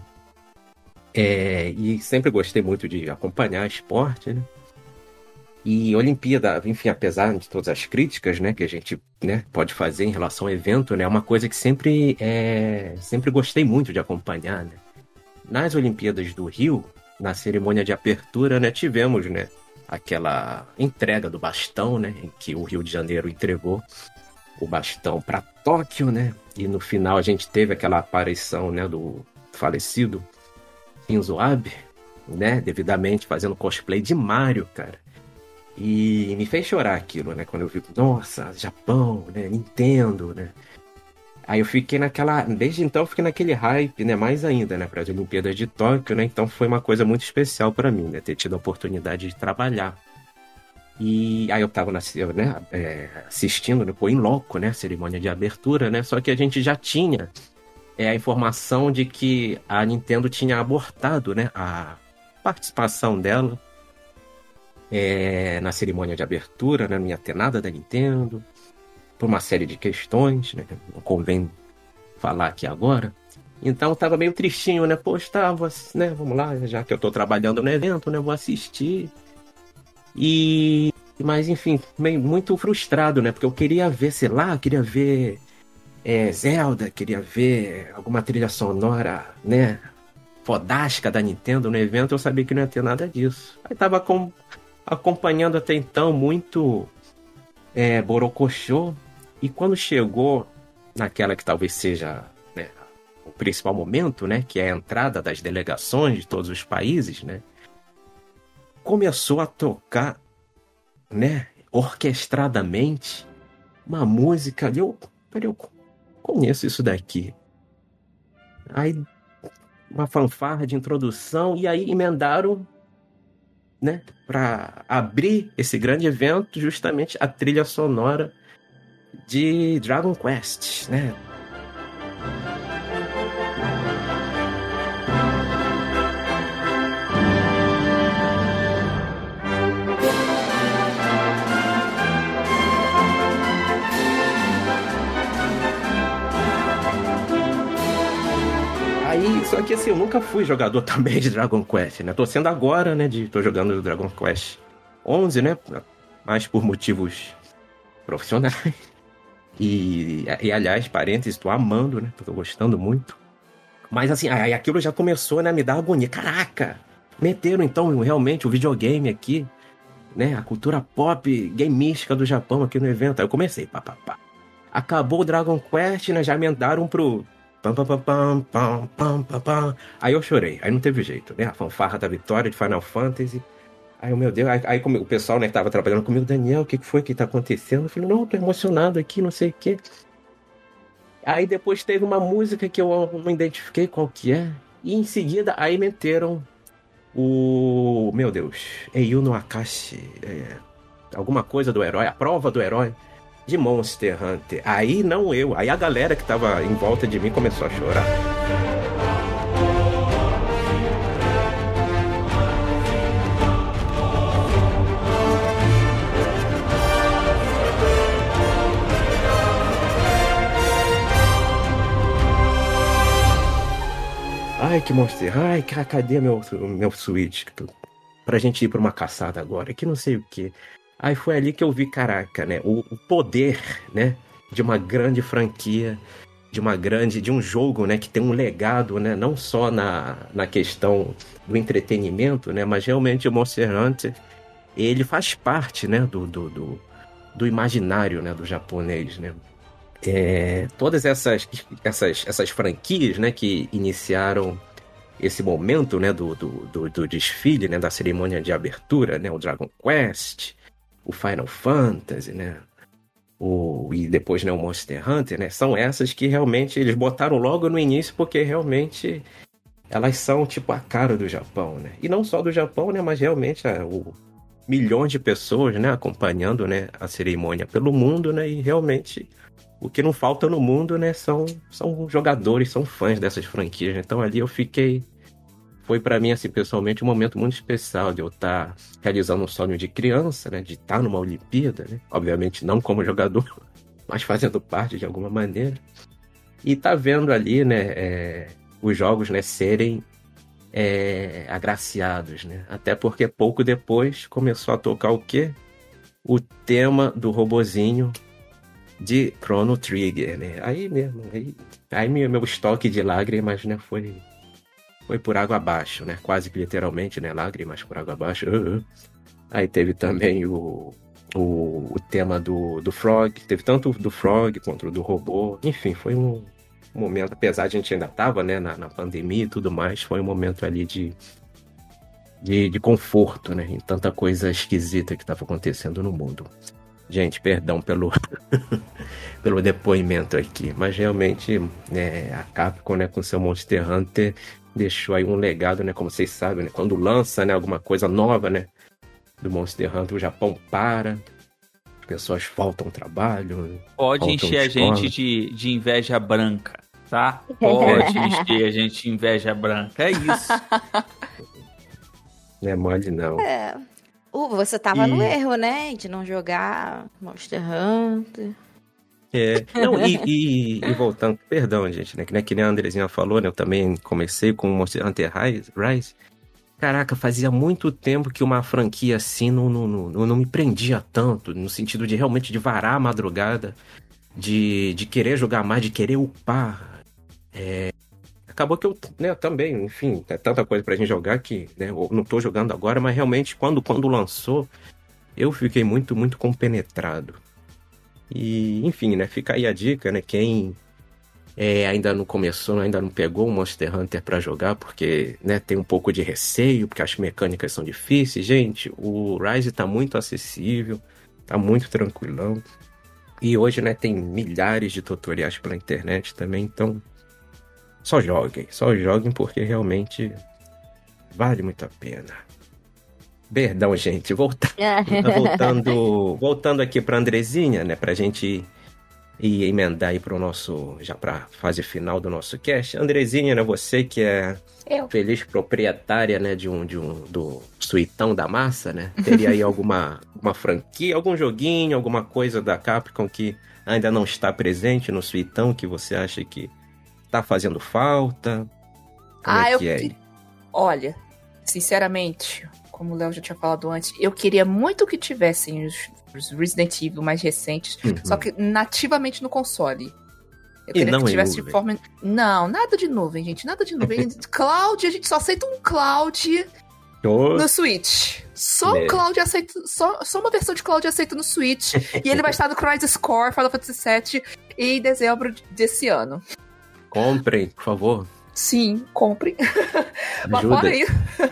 E sempre gostei muito de acompanhar esporte, né? E Olimpíada, enfim, apesar de todas as críticas, né, que a gente, né, pode fazer em relação ao evento, né, é uma coisa que sempre gostei muito de acompanhar, né. Nas Olimpíadas do Rio, na cerimônia de abertura, né, tivemos, né, aquela entrega do bastão, né, em que o Rio de Janeiro entregou o bastão para Tóquio, né, e no final a gente teve aquela aparição, né, do falecido Shinzo Abe, né, devidamente fazendo cosplay de Mario, cara. E me fez chorar aquilo, né? Quando eu vi, nossa, Japão, né? Nintendo, né? Aí eu fiquei desde então eu fiquei naquele hype, né? Mais ainda, né? Para as Olimpíadas de Tóquio, né? Então foi uma coisa muito especial para mim, né? Ter tido a oportunidade de trabalhar. E aí eu tava assistindo, né? In loco, né? A cerimônia de abertura, né? Só que a gente já tinha a informação de que a Nintendo tinha abortado, né? A participação dela na cerimônia de abertura, né? Não ia ter nada da Nintendo, por uma série de questões, né? Não convém falar aqui agora. Então eu tava meio tristinho, né? Poxa, né? Vamos lá, já que eu tô trabalhando no evento, né? Vou assistir. Mas enfim, meio muito frustrado, né? Porque eu queria ver, sei lá, Zelda, queria ver alguma trilha sonora, né? Fodástica da Nintendo no evento, eu sabia que não ia ter nada disso. Aí tava acompanhando até então muito Borocochô, e quando chegou naquela que talvez seja, né, o principal momento, né, que é a entrada das delegações de todos os países, né, começou a tocar, né, orquestradamente uma música ali, eu conheço isso daqui. Aí uma fanfarra de introdução, e aí emendaram, né, para abrir esse grande evento, justamente a trilha sonora de Dragon Quest, né? Aí, só que assim, eu nunca fui jogador também de Dragon Quest, né? Tô sendo agora, né? Tô jogando Dragon Quest 11, né? Mas por motivos profissionais. E aliás, parênteses, tô amando, né? Tô gostando muito. Mas assim, aí aquilo já começou, né, a me dar agonia. Caraca! Meteram então realmente o videogame aqui, né? A cultura pop gameística do Japão aqui no evento. Aí eu comecei, pá. Acabou o Dragon Quest, né? Já emendaram pro pam, pam, pam, pam, pam, pam, pam. Aí eu chorei, aí não teve jeito, né? A fanfarra da vitória de Final Fantasy. Aí, meu Deus, aí o pessoal, né, que tava trabalhando comigo, Daniel, o que foi que tá acontecendo? Eu falei, não, tô emocionado aqui, não sei o quê. Aí depois teve uma música que eu não identifiquei qual que é. E em seguida, aí meteram o... Meu Deus, Eiyu no Akashi. Alguma coisa do herói, a prova do herói de Monster Hunter. Aí não eu, aí a galera que tava em volta de mim começou a chorar. Ai, que Monster, ai, cadê meu Switch? Pra gente ir pra uma caçada agora, que não sei o que. Aí foi ali que eu vi, caraca, né, o poder, né, de uma grande franquia, de um jogo, né, que tem um legado, né, não só na questão do entretenimento, né, mas realmente o Monster Hunter, ele faz parte, né, do imaginário, né, do japonês, né. Todas essas franquias, né, que iniciaram esse momento, né, do desfile, né, da cerimônia de abertura, né, o Dragon Quest, o Final Fantasy, né, e depois, né, o Monster Hunter, né, são essas que realmente eles botaram logo no início porque realmente elas são tipo a cara do Japão, né, e não só do Japão, né, mas realmente milhões de pessoas, né, acompanhando, né, a cerimônia pelo mundo, né, e realmente o que não falta no mundo, né, são jogadores, são fãs dessas franquias. Então ali foi pra mim, assim, pessoalmente, um momento muito especial de eu estar realizando um sonho de criança, né, de estar numa Olimpíada, né, obviamente não como jogador, mas fazendo parte de alguma maneira. E tá vendo ali, né, os jogos, né, serem agraciados, né, até porque pouco depois começou a tocar o quê? O tema do robozinho de Chrono Trigger, né? Aí mesmo, aí meu estoque de lágrimas, né, foi por água abaixo, né? Quase que literalmente, né? Lágrimas por água abaixo. Aí teve também o tema do Frog, teve tanto do Frog quanto do robô. Enfim, foi um momento, apesar de a gente ainda tava, né, na pandemia e tudo mais, foi um momento ali de conforto, né? Em tanta coisa esquisita que estava acontecendo no mundo. Gente, perdão pelo depoimento aqui, mas realmente, né, a Capcom, né, com seu Monster Hunter deixou aí um legado, né, como vocês sabem, né, quando lança, né, alguma coisa nova, né, do Monster Hunter, o Japão para, as pessoas faltam trabalho. Pode encher a gente de inveja branca, tá? Pode encher a gente de inveja branca, é isso. Não é mole, não. Você tava no erro, né? De não jogar Monster Hunter. Não, e voltando, perdão, gente, né? Que nem a Andrezinha falou, né? Eu também comecei com o Monster Hunter Rise. Caraca, fazia muito tempo que uma franquia assim não me prendia tanto, no sentido de realmente de varar a madrugada, de querer jogar mais, de querer upar. Acabou que eu, né, também, enfim, é tanta coisa pra gente jogar que, né, eu não tô jogando agora, mas realmente quando lançou, eu fiquei muito, muito compenetrado. E, enfim, né, fica aí a dica, né, quem ainda não começou, ainda não pegou o Monster Hunter pra jogar, porque, né, tem um pouco de receio, porque as mecânicas são difíceis. Gente, o Rise tá muito acessível, tá muito tranquilão. E hoje, né, tem milhares de tutoriais pela internet também, então só joguem porque realmente vale muito a pena. Perdão, gente, voltando aqui pra Andrezinha, né, pra gente ir emendar aí pro nosso, já pra fase final do nosso cast. Andrezinha, né, você que é feliz proprietária, né, do suitão da massa, né, teria aí uma franquia, algum joguinho, alguma coisa da Capcom que ainda não está presente no suitão, que você acha que tá fazendo falta? Olha, sinceramente, como o Léo já tinha falado antes, eu queria muito que tivessem os Resident Evil mais recentes, só que nativamente no console. Eu queria que tivesse de forma... Não, nada de nuvem, gente. Nada de nuvem. Cloud, a gente só aceita um Cloud no Switch. Só um Cloud aceita... Só uma versão de Cloud aceita no Switch. E ele vai estar no Crisis Core, Final Fantasy VII, em dezembro desse ano. Comprem, por favor. Sim, comprem. Mas fora aí.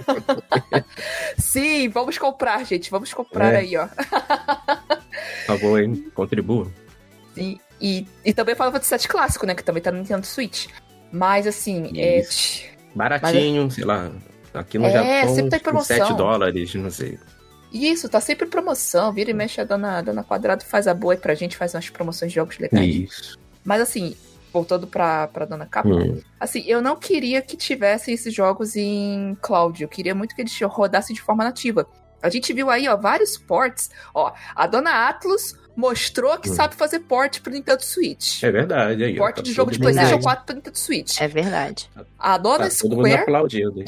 Sim, vamos comprar, gente. Vamos comprar aí, ó. Por favor, hein? Contribua. Sim. E também Final Fantasy VII clássico, né? Que também tá no Nintendo Switch. Mas, assim... Baratinho, sei lá. Aqui no Japão, sempre tá em promoção. $7, não sei. Isso, tá sempre em promoção. Vira e mexe a Dona Quadrado faz a boa aí pra gente, faz umas promoções de jogos legais. Isso. Mas, assim, voltando pra Dona Capcom, assim, eu não queria que tivesse esses jogos em cloud. Eu queria muito que eles rodassem de forma nativa. A gente viu aí, ó, vários ports. Ó, a Dona Atlus mostrou que sabe fazer port pro Nintendo Switch. É verdade. Aí, port de jogo de PlayStation 4 pro Nintendo Switch. É verdade. A Dona Square... aplaudindo.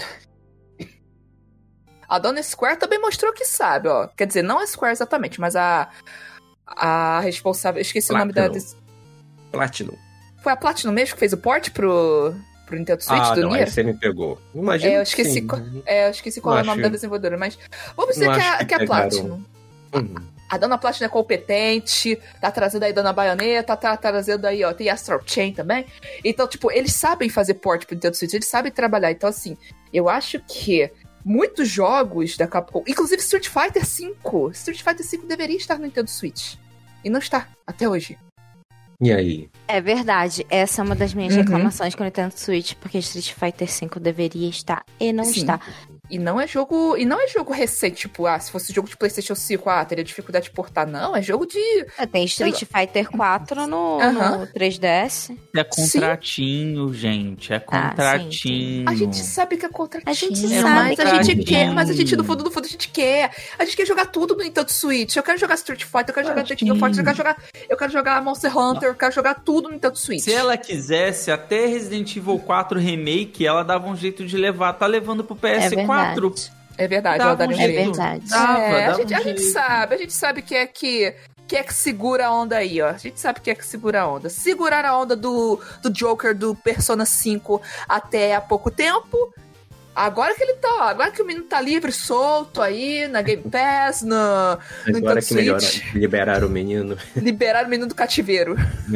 A Dona Square também mostrou que sabe, ó. Quer dizer, não a Square exatamente, mas a responsável... Eu esqueci Platinum. O nome da... Platinum. Foi a Platinum mesmo que fez o port pro Nintendo Switch do Nier? Aí você me pegou. Imagina. Eu esqueci qual é o nome da desenvolvedora, mas vamos dizer que é a Platinum. A Dona Platinum é competente, tá trazendo aí Dona Bayonetta, tá trazendo aí, ó, tem Astral Chain também. Então, tipo, eles sabem fazer port pro Nintendo Switch, eles sabem trabalhar. Então, assim, eu acho que muitos jogos da Capcom, inclusive Street Fighter V deveria estar no Nintendo Switch. E não está, até hoje. E aí? É verdade, essa é uma das minhas reclamações com o Nintendo Switch, porque Street Fighter V deveria estar e não está. E não é jogo recente, tipo, se fosse jogo de PlayStation 5, teria dificuldade de portar. Não, é jogo de... Tem Street Fighter 4 no 3DS. É contratinho, gente, é contratinho. A gente sabe que é contratinho. A gente sabe, mas a gente, no fundo, a gente quer. A gente quer jogar tudo no Nintendo Switch. Eu quero jogar Street Fighter, eu quero jogar Tekken Force, eu quero jogar Monster Hunter, eu quero jogar tudo no Nintendo Switch. Se ela quisesse, até Resident Evil 4 Remake, ela dava um jeito de levar. Tá levando pro PS4. É verdade, ela daria um jeito. É verdade. A gente sabe que é que segura a onda aí, ó. A gente sabe que é que segura a onda. Segurar a onda do Joker do Persona 5 até há pouco tempo. Agora que ele tá, agora que o menino tá livre, solto aí, na Game Pass, no agora que liberaram o menino. Liberaram o menino do cativeiro.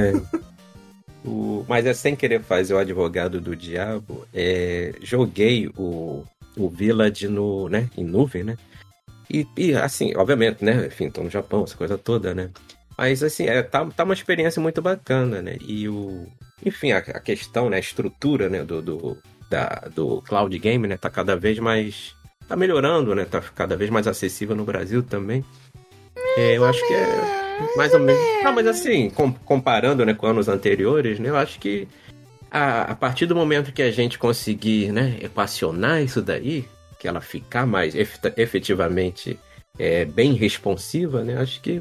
Mas sem querer fazer o advogado do diabo, joguei o Village em nuvem, né? E assim, obviamente, né? Enfim, tô no Japão, essa coisa toda, né? Mas assim, tá uma experiência muito bacana, né? E enfim, a questão, né? A estrutura, né? Do cloud game, né? Tá cada vez mais... Tá melhorando, né? Tá cada vez mais acessível no Brasil também. Eu acho que é mais ou menos... Não, mas assim, comparando, né, com anos anteriores, né? Eu acho que a partir do momento que a gente conseguir, né, equacionar isso daí, que ela ficar mais efetivamente bem responsiva, né? Acho que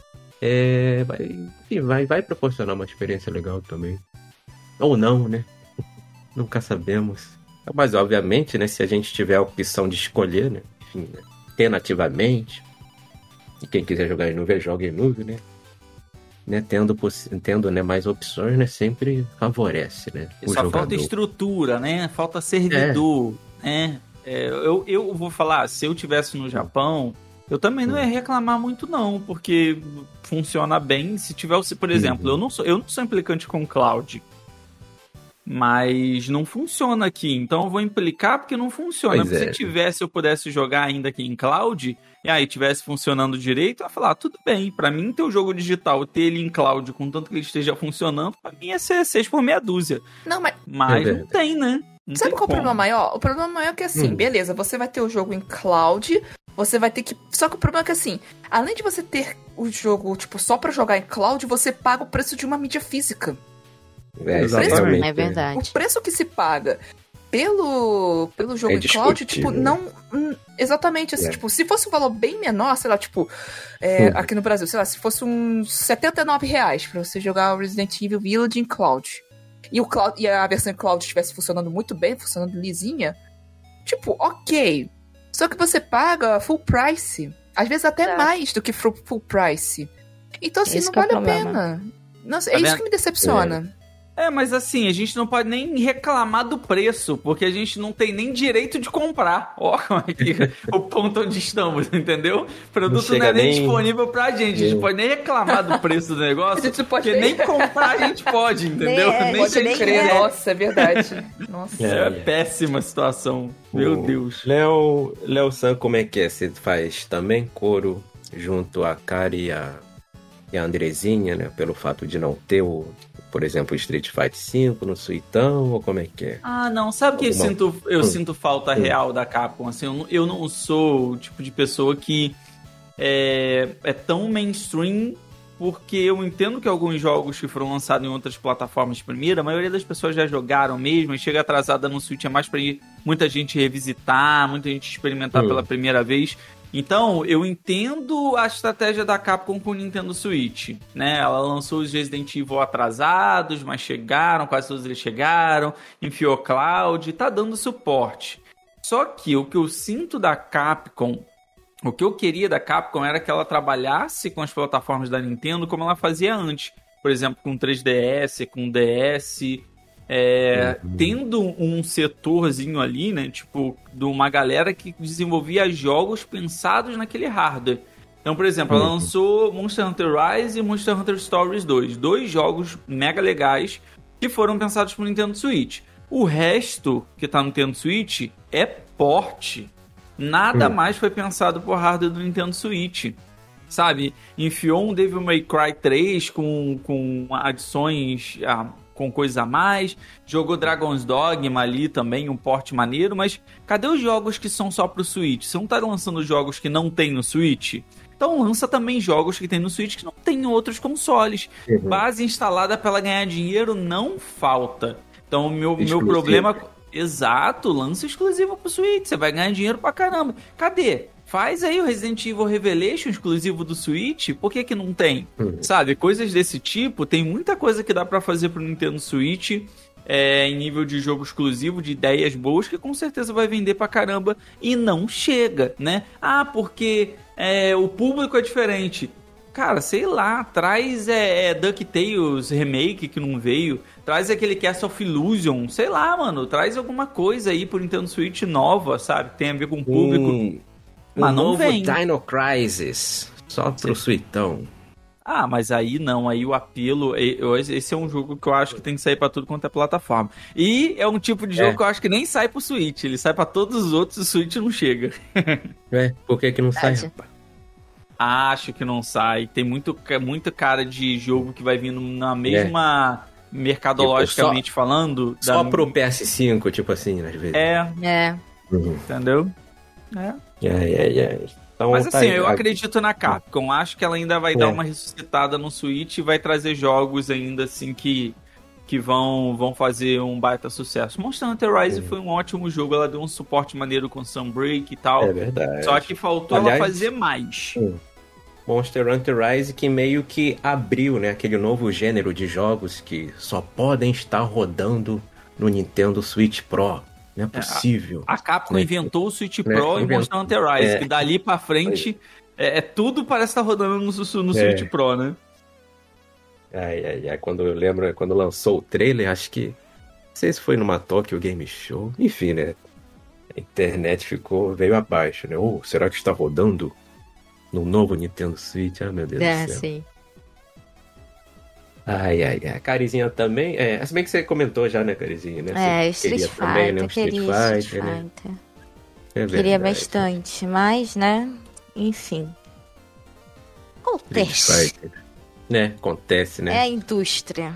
vai proporcionar uma experiência legal também. Ou não, né? Nunca sabemos. Mas, obviamente, né, se a gente tiver a opção de escolher, né? Enfim, né, ter nativamente, e quem quiser jogar em nuvem, joga em nuvem, né? Tendo né, mais opções, né? Sempre favorece, né? O jogador. Falta estrutura, né? Falta servidor, né? Eu vou falar, se eu tivesse no Japão, eu também não ia reclamar muito não, porque funciona bem. Se tivesse, por exemplo, eu não sou implicante com cloud, mas não funciona aqui, então eu vou implicar porque não funciona. Se eu pudesse jogar ainda aqui em cloud, e aí tivesse funcionando direito, eu ia falar, tudo bem, pra mim ter o jogo digital, ter ele em cloud, contanto que ele esteja funcionando, pra mim ia ser 6 por meia dúzia. Não, mas não tem, né? Não sabe tem qual é o problema maior? O problema maior é que assim, beleza, você vai ter o jogo em cloud, você vai ter que... Só que o problema é que assim, além de você ter o jogo, tipo, só pra jogar em cloud, você paga o preço de uma mídia física. Exatamente. É verdade. O preço que se paga pelo jogo em cloud, tipo, não... Exatamente, assim, tipo, se fosse um valor bem menor, sei lá, tipo, aqui no Brasil, sei lá, se fosse uns R$79 pra você jogar o Resident Evil Village em cloud. e a versão em cloud estivesse funcionando muito bem, funcionando lisinha, tipo, ok. Só que você paga full price. Às vezes até mais do que full price. Então, assim, não vale a pena. Nossa, é isso que me decepciona. Mas assim, a gente não pode nem reclamar do preço, porque a gente não tem nem direito de comprar. Ó, aqui, o ponto onde estamos, entendeu? O produto não é nem disponível pra gente. A gente pode nem reclamar do preço do negócio, porque nem comprar a gente pode, entendeu? Nem crer. Nossa, é verdade. Nossa. É péssima situação. Meu Deus. Léo San, como é que é? Você faz também coro junto a Kari e a Andrezinha, né? Pelo fato de não ter por exemplo, o Street Fighter V no Suitão, ou como é que é? Ah, não. Sabe que eu sinto falta real da Capcom? Assim, eu não sou o tipo de pessoa que é tão mainstream, porque eu entendo que alguns jogos que foram lançados em outras plataformas de primeira, a maioria das pessoas já jogaram mesmo, e chega atrasada no Switch é mais pra muita gente revisitar, muita gente experimentar pela primeira vez. Então, eu entendo a estratégia da Capcom com o Nintendo Switch, né? Ela lançou os Resident Evil atrasados, mas chegaram, quase todos eles chegaram, enfiou cloud, tá dando suporte. Só que o que eu sinto da Capcom, o que eu queria da Capcom era que ela trabalhasse com as plataformas da Nintendo como ela fazia antes. Por exemplo, com 3DS, com DS... tendo um setorzinho ali, né, tipo, de uma galera que desenvolvia jogos pensados naquele hardware. Então, por exemplo, ela lançou Monster Hunter Rise e Monster Hunter Stories 2, dois jogos mega legais que foram pensados pro Nintendo Switch. O resto que tá no Nintendo Switch é porte. Nada mais foi pensado pro hardware do Nintendo Switch. Sabe? Enfiou um Devil May Cry 3 com adições... com coisa a mais, jogou Dragon's Dogma ali também, um porte maneiro, mas cadê os jogos que são só pro Switch? Você não tá lançando jogos que não tem no Switch? Então lança também jogos que tem no Switch que não tem em outros consoles. Base instalada pra ela ganhar dinheiro não falta. Então o meu problema... Exato, lança exclusivo pro Switch, você vai ganhar dinheiro pra caramba. Cadê? Faz aí o Resident Evil Revelation exclusivo do Switch, por que não tem? Sabe, coisas desse tipo, tem muita coisa que dá pra fazer pro Nintendo Switch em nível de jogo exclusivo, de ideias boas, que com certeza vai vender pra caramba e não chega, né? Ah, porque o público é diferente. Cara, sei lá, traz DuckTales Remake que não veio, traz aquele Castle of Illusion, sei lá, mano, traz alguma coisa aí pro Nintendo Switch nova, sabe? Tem a ver com o público. Mas não vem. Dino Crisis, só pro Suitão. Ah, mas aí não, aí o apelo... Esse é um jogo que eu acho que tem que sair pra tudo quanto é plataforma. E é um tipo de jogo que eu acho que nem sai pro Switch, ele sai pra todos os outros e o Switch não chega. Por que não sai, rapaz? Acho que não sai. Tem muita cara de jogo que vai vindo na mesma... mercadologicamente falando... Só pro PS5, tipo assim, às vezes. Entendeu? Então, mas assim, eu acredito na Capcom. Acho que ela ainda vai dar uma ressuscitada no Switch e vai trazer jogos ainda assim que vão fazer um baita sucesso. Monster Hunter Rise foi um ótimo jogo. Ela deu um suporte maneiro com Sunbreak e tal. É verdade. Só que faltou ela fazer mais. Monster Hunter Rise que meio que abriu, né, aquele novo gênero de jogos que só podem estar rodando no Nintendo Switch Pro. Não é possível. A Capcom inventou o Switch Pro e Monster Hunter Rise, que dali pra frente tudo parece estar rodando no Switch Pro, né? Quando eu lembro, quando lançou o trailer, acho que... Não sei se foi numa Tokyo Game Show. Enfim, né? A internet veio abaixo, né? Será que está rodando no novo Nintendo Switch? Ah, meu Deus do céu. Sim. A Carizinha também... se bem que você comentou já, né, Carizinha? Né? Street Fighter. Também, né? Street Fighter. Né? Queria bastante, mas, né? Enfim. Acontece. Né? Acontece, né? É a indústria.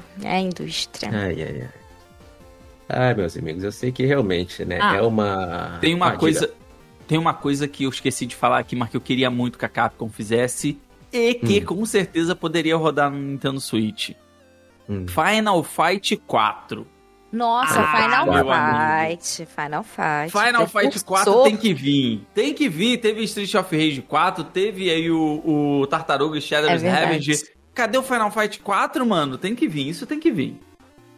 Meus amigos, eu sei que realmente, né? É uma... Tem uma coisa que eu esqueci de falar aqui, mas que eu queria muito que a Capcom fizesse e que com certeza poderia rodar no Nintendo Switch. Final Fight 4. Nossa, Final Fight. Final Fight 4 tem que vir. Tem que vir. Teve Street of Rage 4, teve aí o Tartaruga Shredder's Revenge. Cadê o Final Fight 4, mano? Tem que vir, isso tem que vir.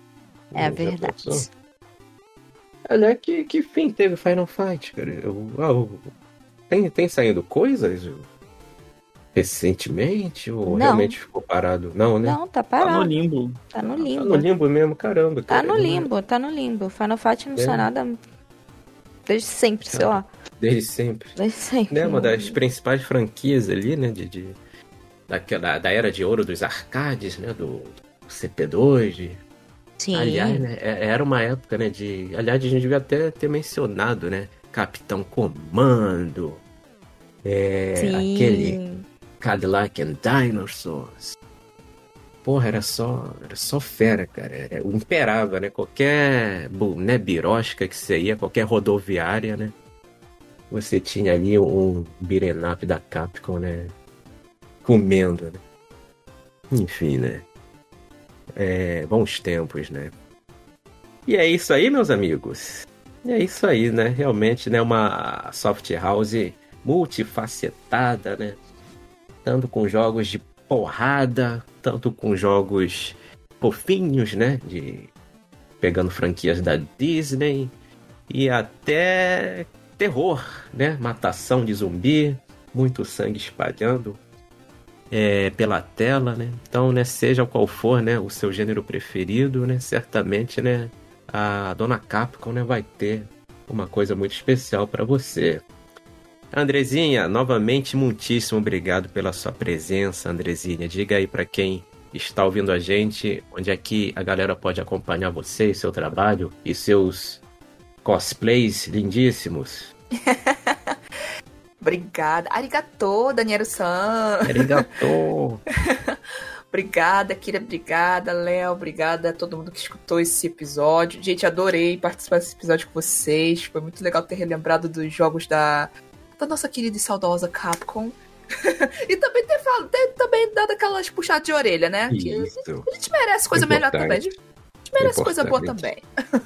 É verdade. Olha, que fim teve Final Fight, cara? Tem saído coisas recentemente? Ou Não. realmente ficou parado? Não, né? Não, tá parado. Tá no limbo. Tá no limbo. Tá no limbo mesmo, caramba. Tá Cara. no limbo. Final Fight não sai nada desde sempre, sei lá. Desde sempre. Desde sempre. Né? Uma das principais franquias ali, né? Da era de ouro dos arcades, né? Do CP2. Sim. Aliás, né? Era uma época, né? Aliás, a gente devia até ter mencionado, né? Capitão Comando. Sim. Aquele Cadillac and Dinosaurs. Porra, era só fera, cara. Imperava, né? Qualquer birosca que você ia, qualquer rodoviária, né? Você tinha ali um beat'em up da Capcom, né? Comendo, né? Enfim, né? Bons tempos, né? E é isso aí, meus amigos. É isso aí, né? Realmente, né? Uma soft house multifacetada, né? Tanto com jogos de porrada, tanto com jogos fofinhos, né? Pegando franquias da Disney e até terror, né? Matação de zumbi, muito sangue espalhando pela tela, né? Então, né? Seja qual for, né? O seu gênero preferido, né? Certamente, né? A dona Capcom, né? Vai ter uma coisa muito especial para você. Andrezinha, novamente, muitíssimo obrigado pela sua presença, Andrezinha. Diga aí para quem está ouvindo a gente, onde é que a galera pode acompanhar você e seu trabalho e seus cosplays lindíssimos. Obrigada. Arigato, Daniel-san. Arigato. Obrigada, Kira. Obrigada, Léo. Obrigada a todo mundo que escutou esse episódio. Gente, adorei participar desse episódio com vocês. Foi muito legal ter relembrado dos jogos da nossa querida e saudosa Capcom. E também ter também dado aquelas puxadas de orelha, né? Que a gente merece coisa melhor também. A gente merece coisa boa também.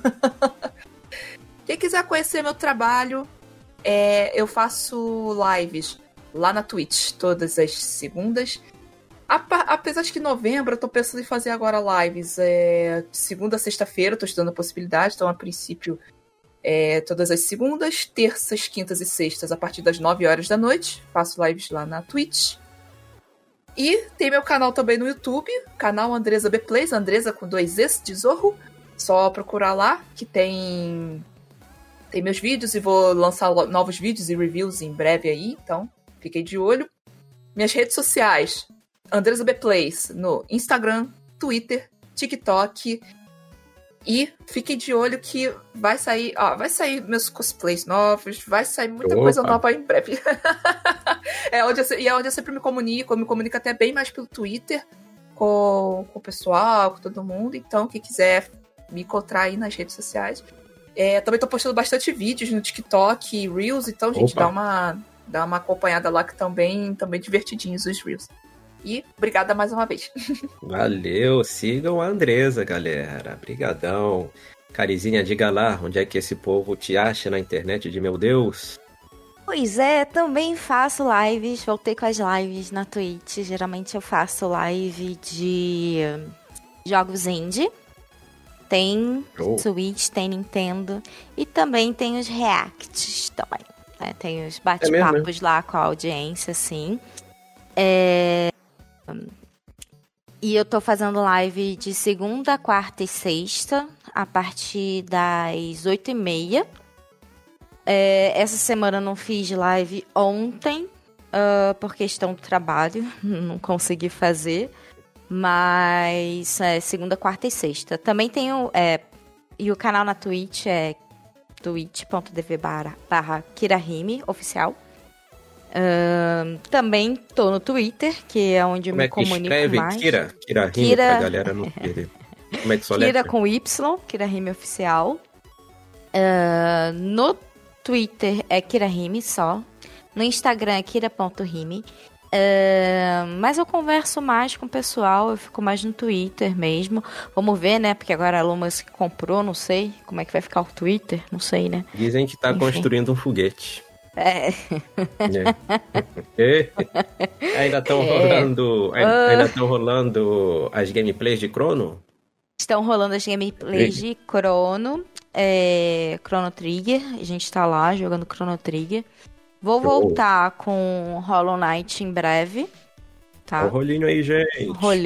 Quem quiser conhecer meu trabalho, eu faço lives lá na Twitch todas as segundas. Apesar de que em novembro eu tô pensando em fazer agora lives segunda a sexta-feira, tô estudando a possibilidade, então a princípio todas as segundas, terças, quintas e sextas a partir das 9 horas da noite. Faço lives lá na Twitch. E tem meu canal também no YouTube, canal Andresa B Plays, Andresa com 2 Es de Zorro. Só procurar lá que tem meus vídeos e vou lançar novos vídeos e reviews em breve aí, então fiquem de olho. Minhas redes sociais, Andresa B Plays no Instagram, Twitter, TikTok. E fiquem de olho que vai sair meus cosplays novos, vai sair muita coisa nova em breve. É onde eu sempre me comunico até bem mais pelo Twitter com o pessoal, com todo mundo. Então, quem quiser me encontrar aí nas redes sociais. Também tô postando bastante vídeos no TikTok, Reels, então, gente, dá uma acompanhada lá que também divertidinhos os Reels. E obrigada mais uma vez. Valeu, sigam a Andresa, galera. Brigadão. Carizinha, diga lá, onde é que esse povo te acha na internet de meu Deus? Pois também faço lives, voltei com as lives na Twitch. Geralmente eu faço live de jogos indie. Tem Switch, tem Nintendo. E também tem os reacts também. Né? Tem os bate-papos lá com a audiência, assim. E eu tô fazendo live de segunda, quarta e sexta, a partir das 8h30. Essa semana eu não fiz live ontem, por questão do trabalho, não consegui fazer. Mas segunda, quarta e sexta. Também tenho... e o canal na Twitch é twitch.tv/KiraHime oficial. Também tô no Twitter, que é onde eu me comunico mais. KiraHime, pra galera não querer. Como é que soletra? Kira com Y, KiraHime oficial. No Twitter é KiraHime só. No Instagram é kira.hime. Mas eu converso mais com o pessoal, eu fico mais no Twitter mesmo. Vamos ver, né? Porque agora a Lumas comprou, não sei como é que vai ficar o Twitter, não sei, né? Dizem que tá construindo um foguete. Ainda estão rolando as gameplays de Chrono? Estão rolando as gameplays de Chrono Trigger. A gente tá lá jogando Chrono Trigger. Vou voltar com Hollow Knight em breve. Tá? Ó o rolinho aí, gente.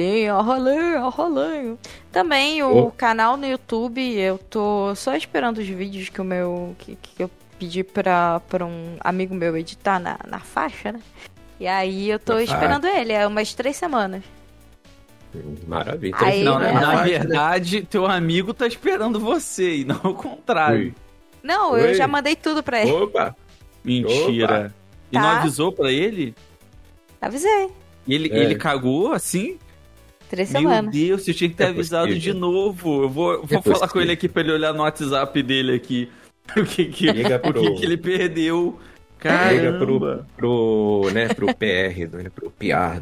Rolinho. Também o canal no YouTube, eu tô só esperando os vídeos que eu pedi pra um amigo meu editar na faixa, né? E aí eu tô esperando ele, umas 3 semanas. Maravilha. Aí, não, na verdade, teu amigo tá esperando você e não o contrário. Não, eu já mandei tudo pra ele. Opa! Mentira. Opa. E não avisou pra ele? Avisei. E ele cagou assim? 3 semanas. Meu Deus, você tinha que ter avisado de novo. Eu vou falar com ele aqui pra ele olhar no WhatsApp dele aqui. O que ele perdeu. Caramba. Pro PR, né? Pro PR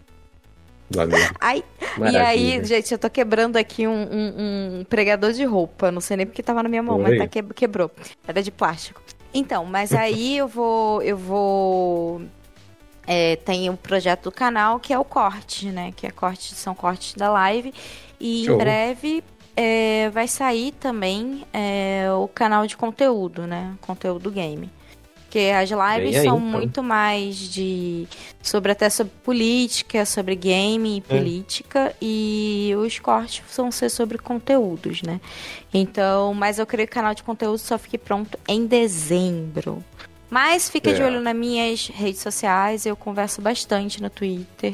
do amigo. E aí, gente, eu tô quebrando aqui um pregador de roupa. Não sei nem porque tava na minha mão, mas quebrou. Era de plástico. Então, mas aí eu vou tem um projeto do canal que é o corte, né? Que são cortes da live. E em breve vai sair também o canal de conteúdo, né? Conteúdo game. Porque as lives são muito mais sobre política, sobre game e política, e os cortes vão ser sobre conteúdos, né? Então, mas eu creio que o canal de conteúdo só fique pronto em dezembro. Mas fica de olho nas minhas redes sociais, eu converso bastante no Twitter.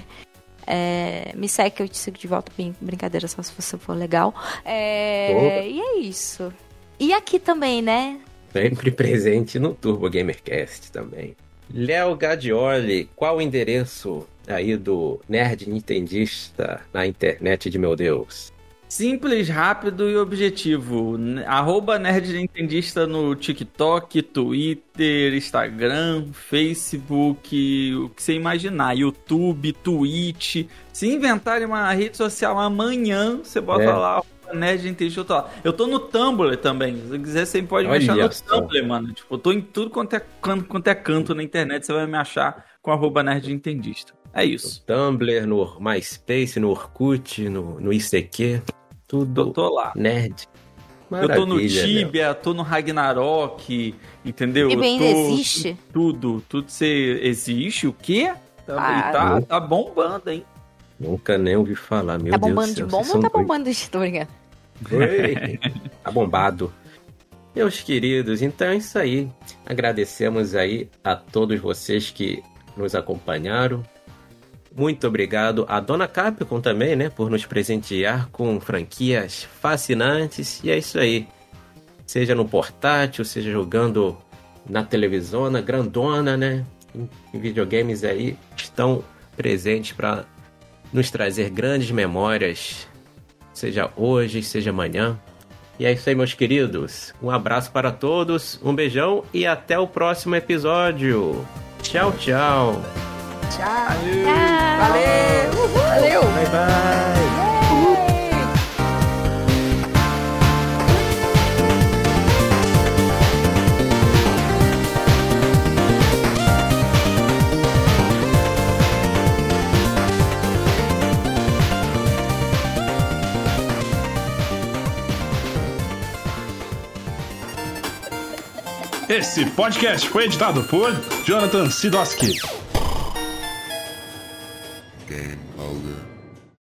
Me segue que eu te sigo de volta, brincadeira, só se você for legal. E é isso. E aqui também, né? Sempre presente no Turbo Gamercast também. Léo Gadioli, qual o endereço aí do Nerd Nintendista na internet de meu Deus? Simples, rápido e objetivo. @Nerd Nintendista no TikTok, Twitter, Instagram, Facebook, o que você imaginar. YouTube, Twitch. Se inventarem uma rede social amanhã, você bota lá Nerd Nintendista. Eu tô no Tumblr também. Se quiser, você pode me achar no Tumblr, mano. Tipo, eu tô em tudo quanto é canto na internet, você vai me achar com @Nerd Nintendista. É isso. No Tumblr, no MySpace, no Orkut, no ICQ. Tudo. Eu tô lá. Nerd. Maravilha, eu tô no Tibia, tô no Ragnarok, entendeu? Tibia ainda existe? Tudo existe? O quê? Tá bombando, hein? Nunca nem ouvi falar, meu Deus. Tá bombando de bomba ou tá bombando de história? Tá bombado. Meus queridos, então é isso aí. Agradecemos aí a todos vocês que nos acompanharam. Muito obrigado a Dona Capcom também, né? Por nos presentear com franquias fascinantes. E é isso aí. Seja no portátil, seja jogando na televisona grandona, né? Em videogames aí estão presentes para nos trazer grandes memórias, seja hoje, seja amanhã. E é isso aí, meus queridos. Um abraço para todos, um beijão e até o próximo episódio. Tchau, tchau. Tchau. Valeu. Valeu. Bye, bye. Esse podcast foi editado por Jonathan Sidoski. Game over.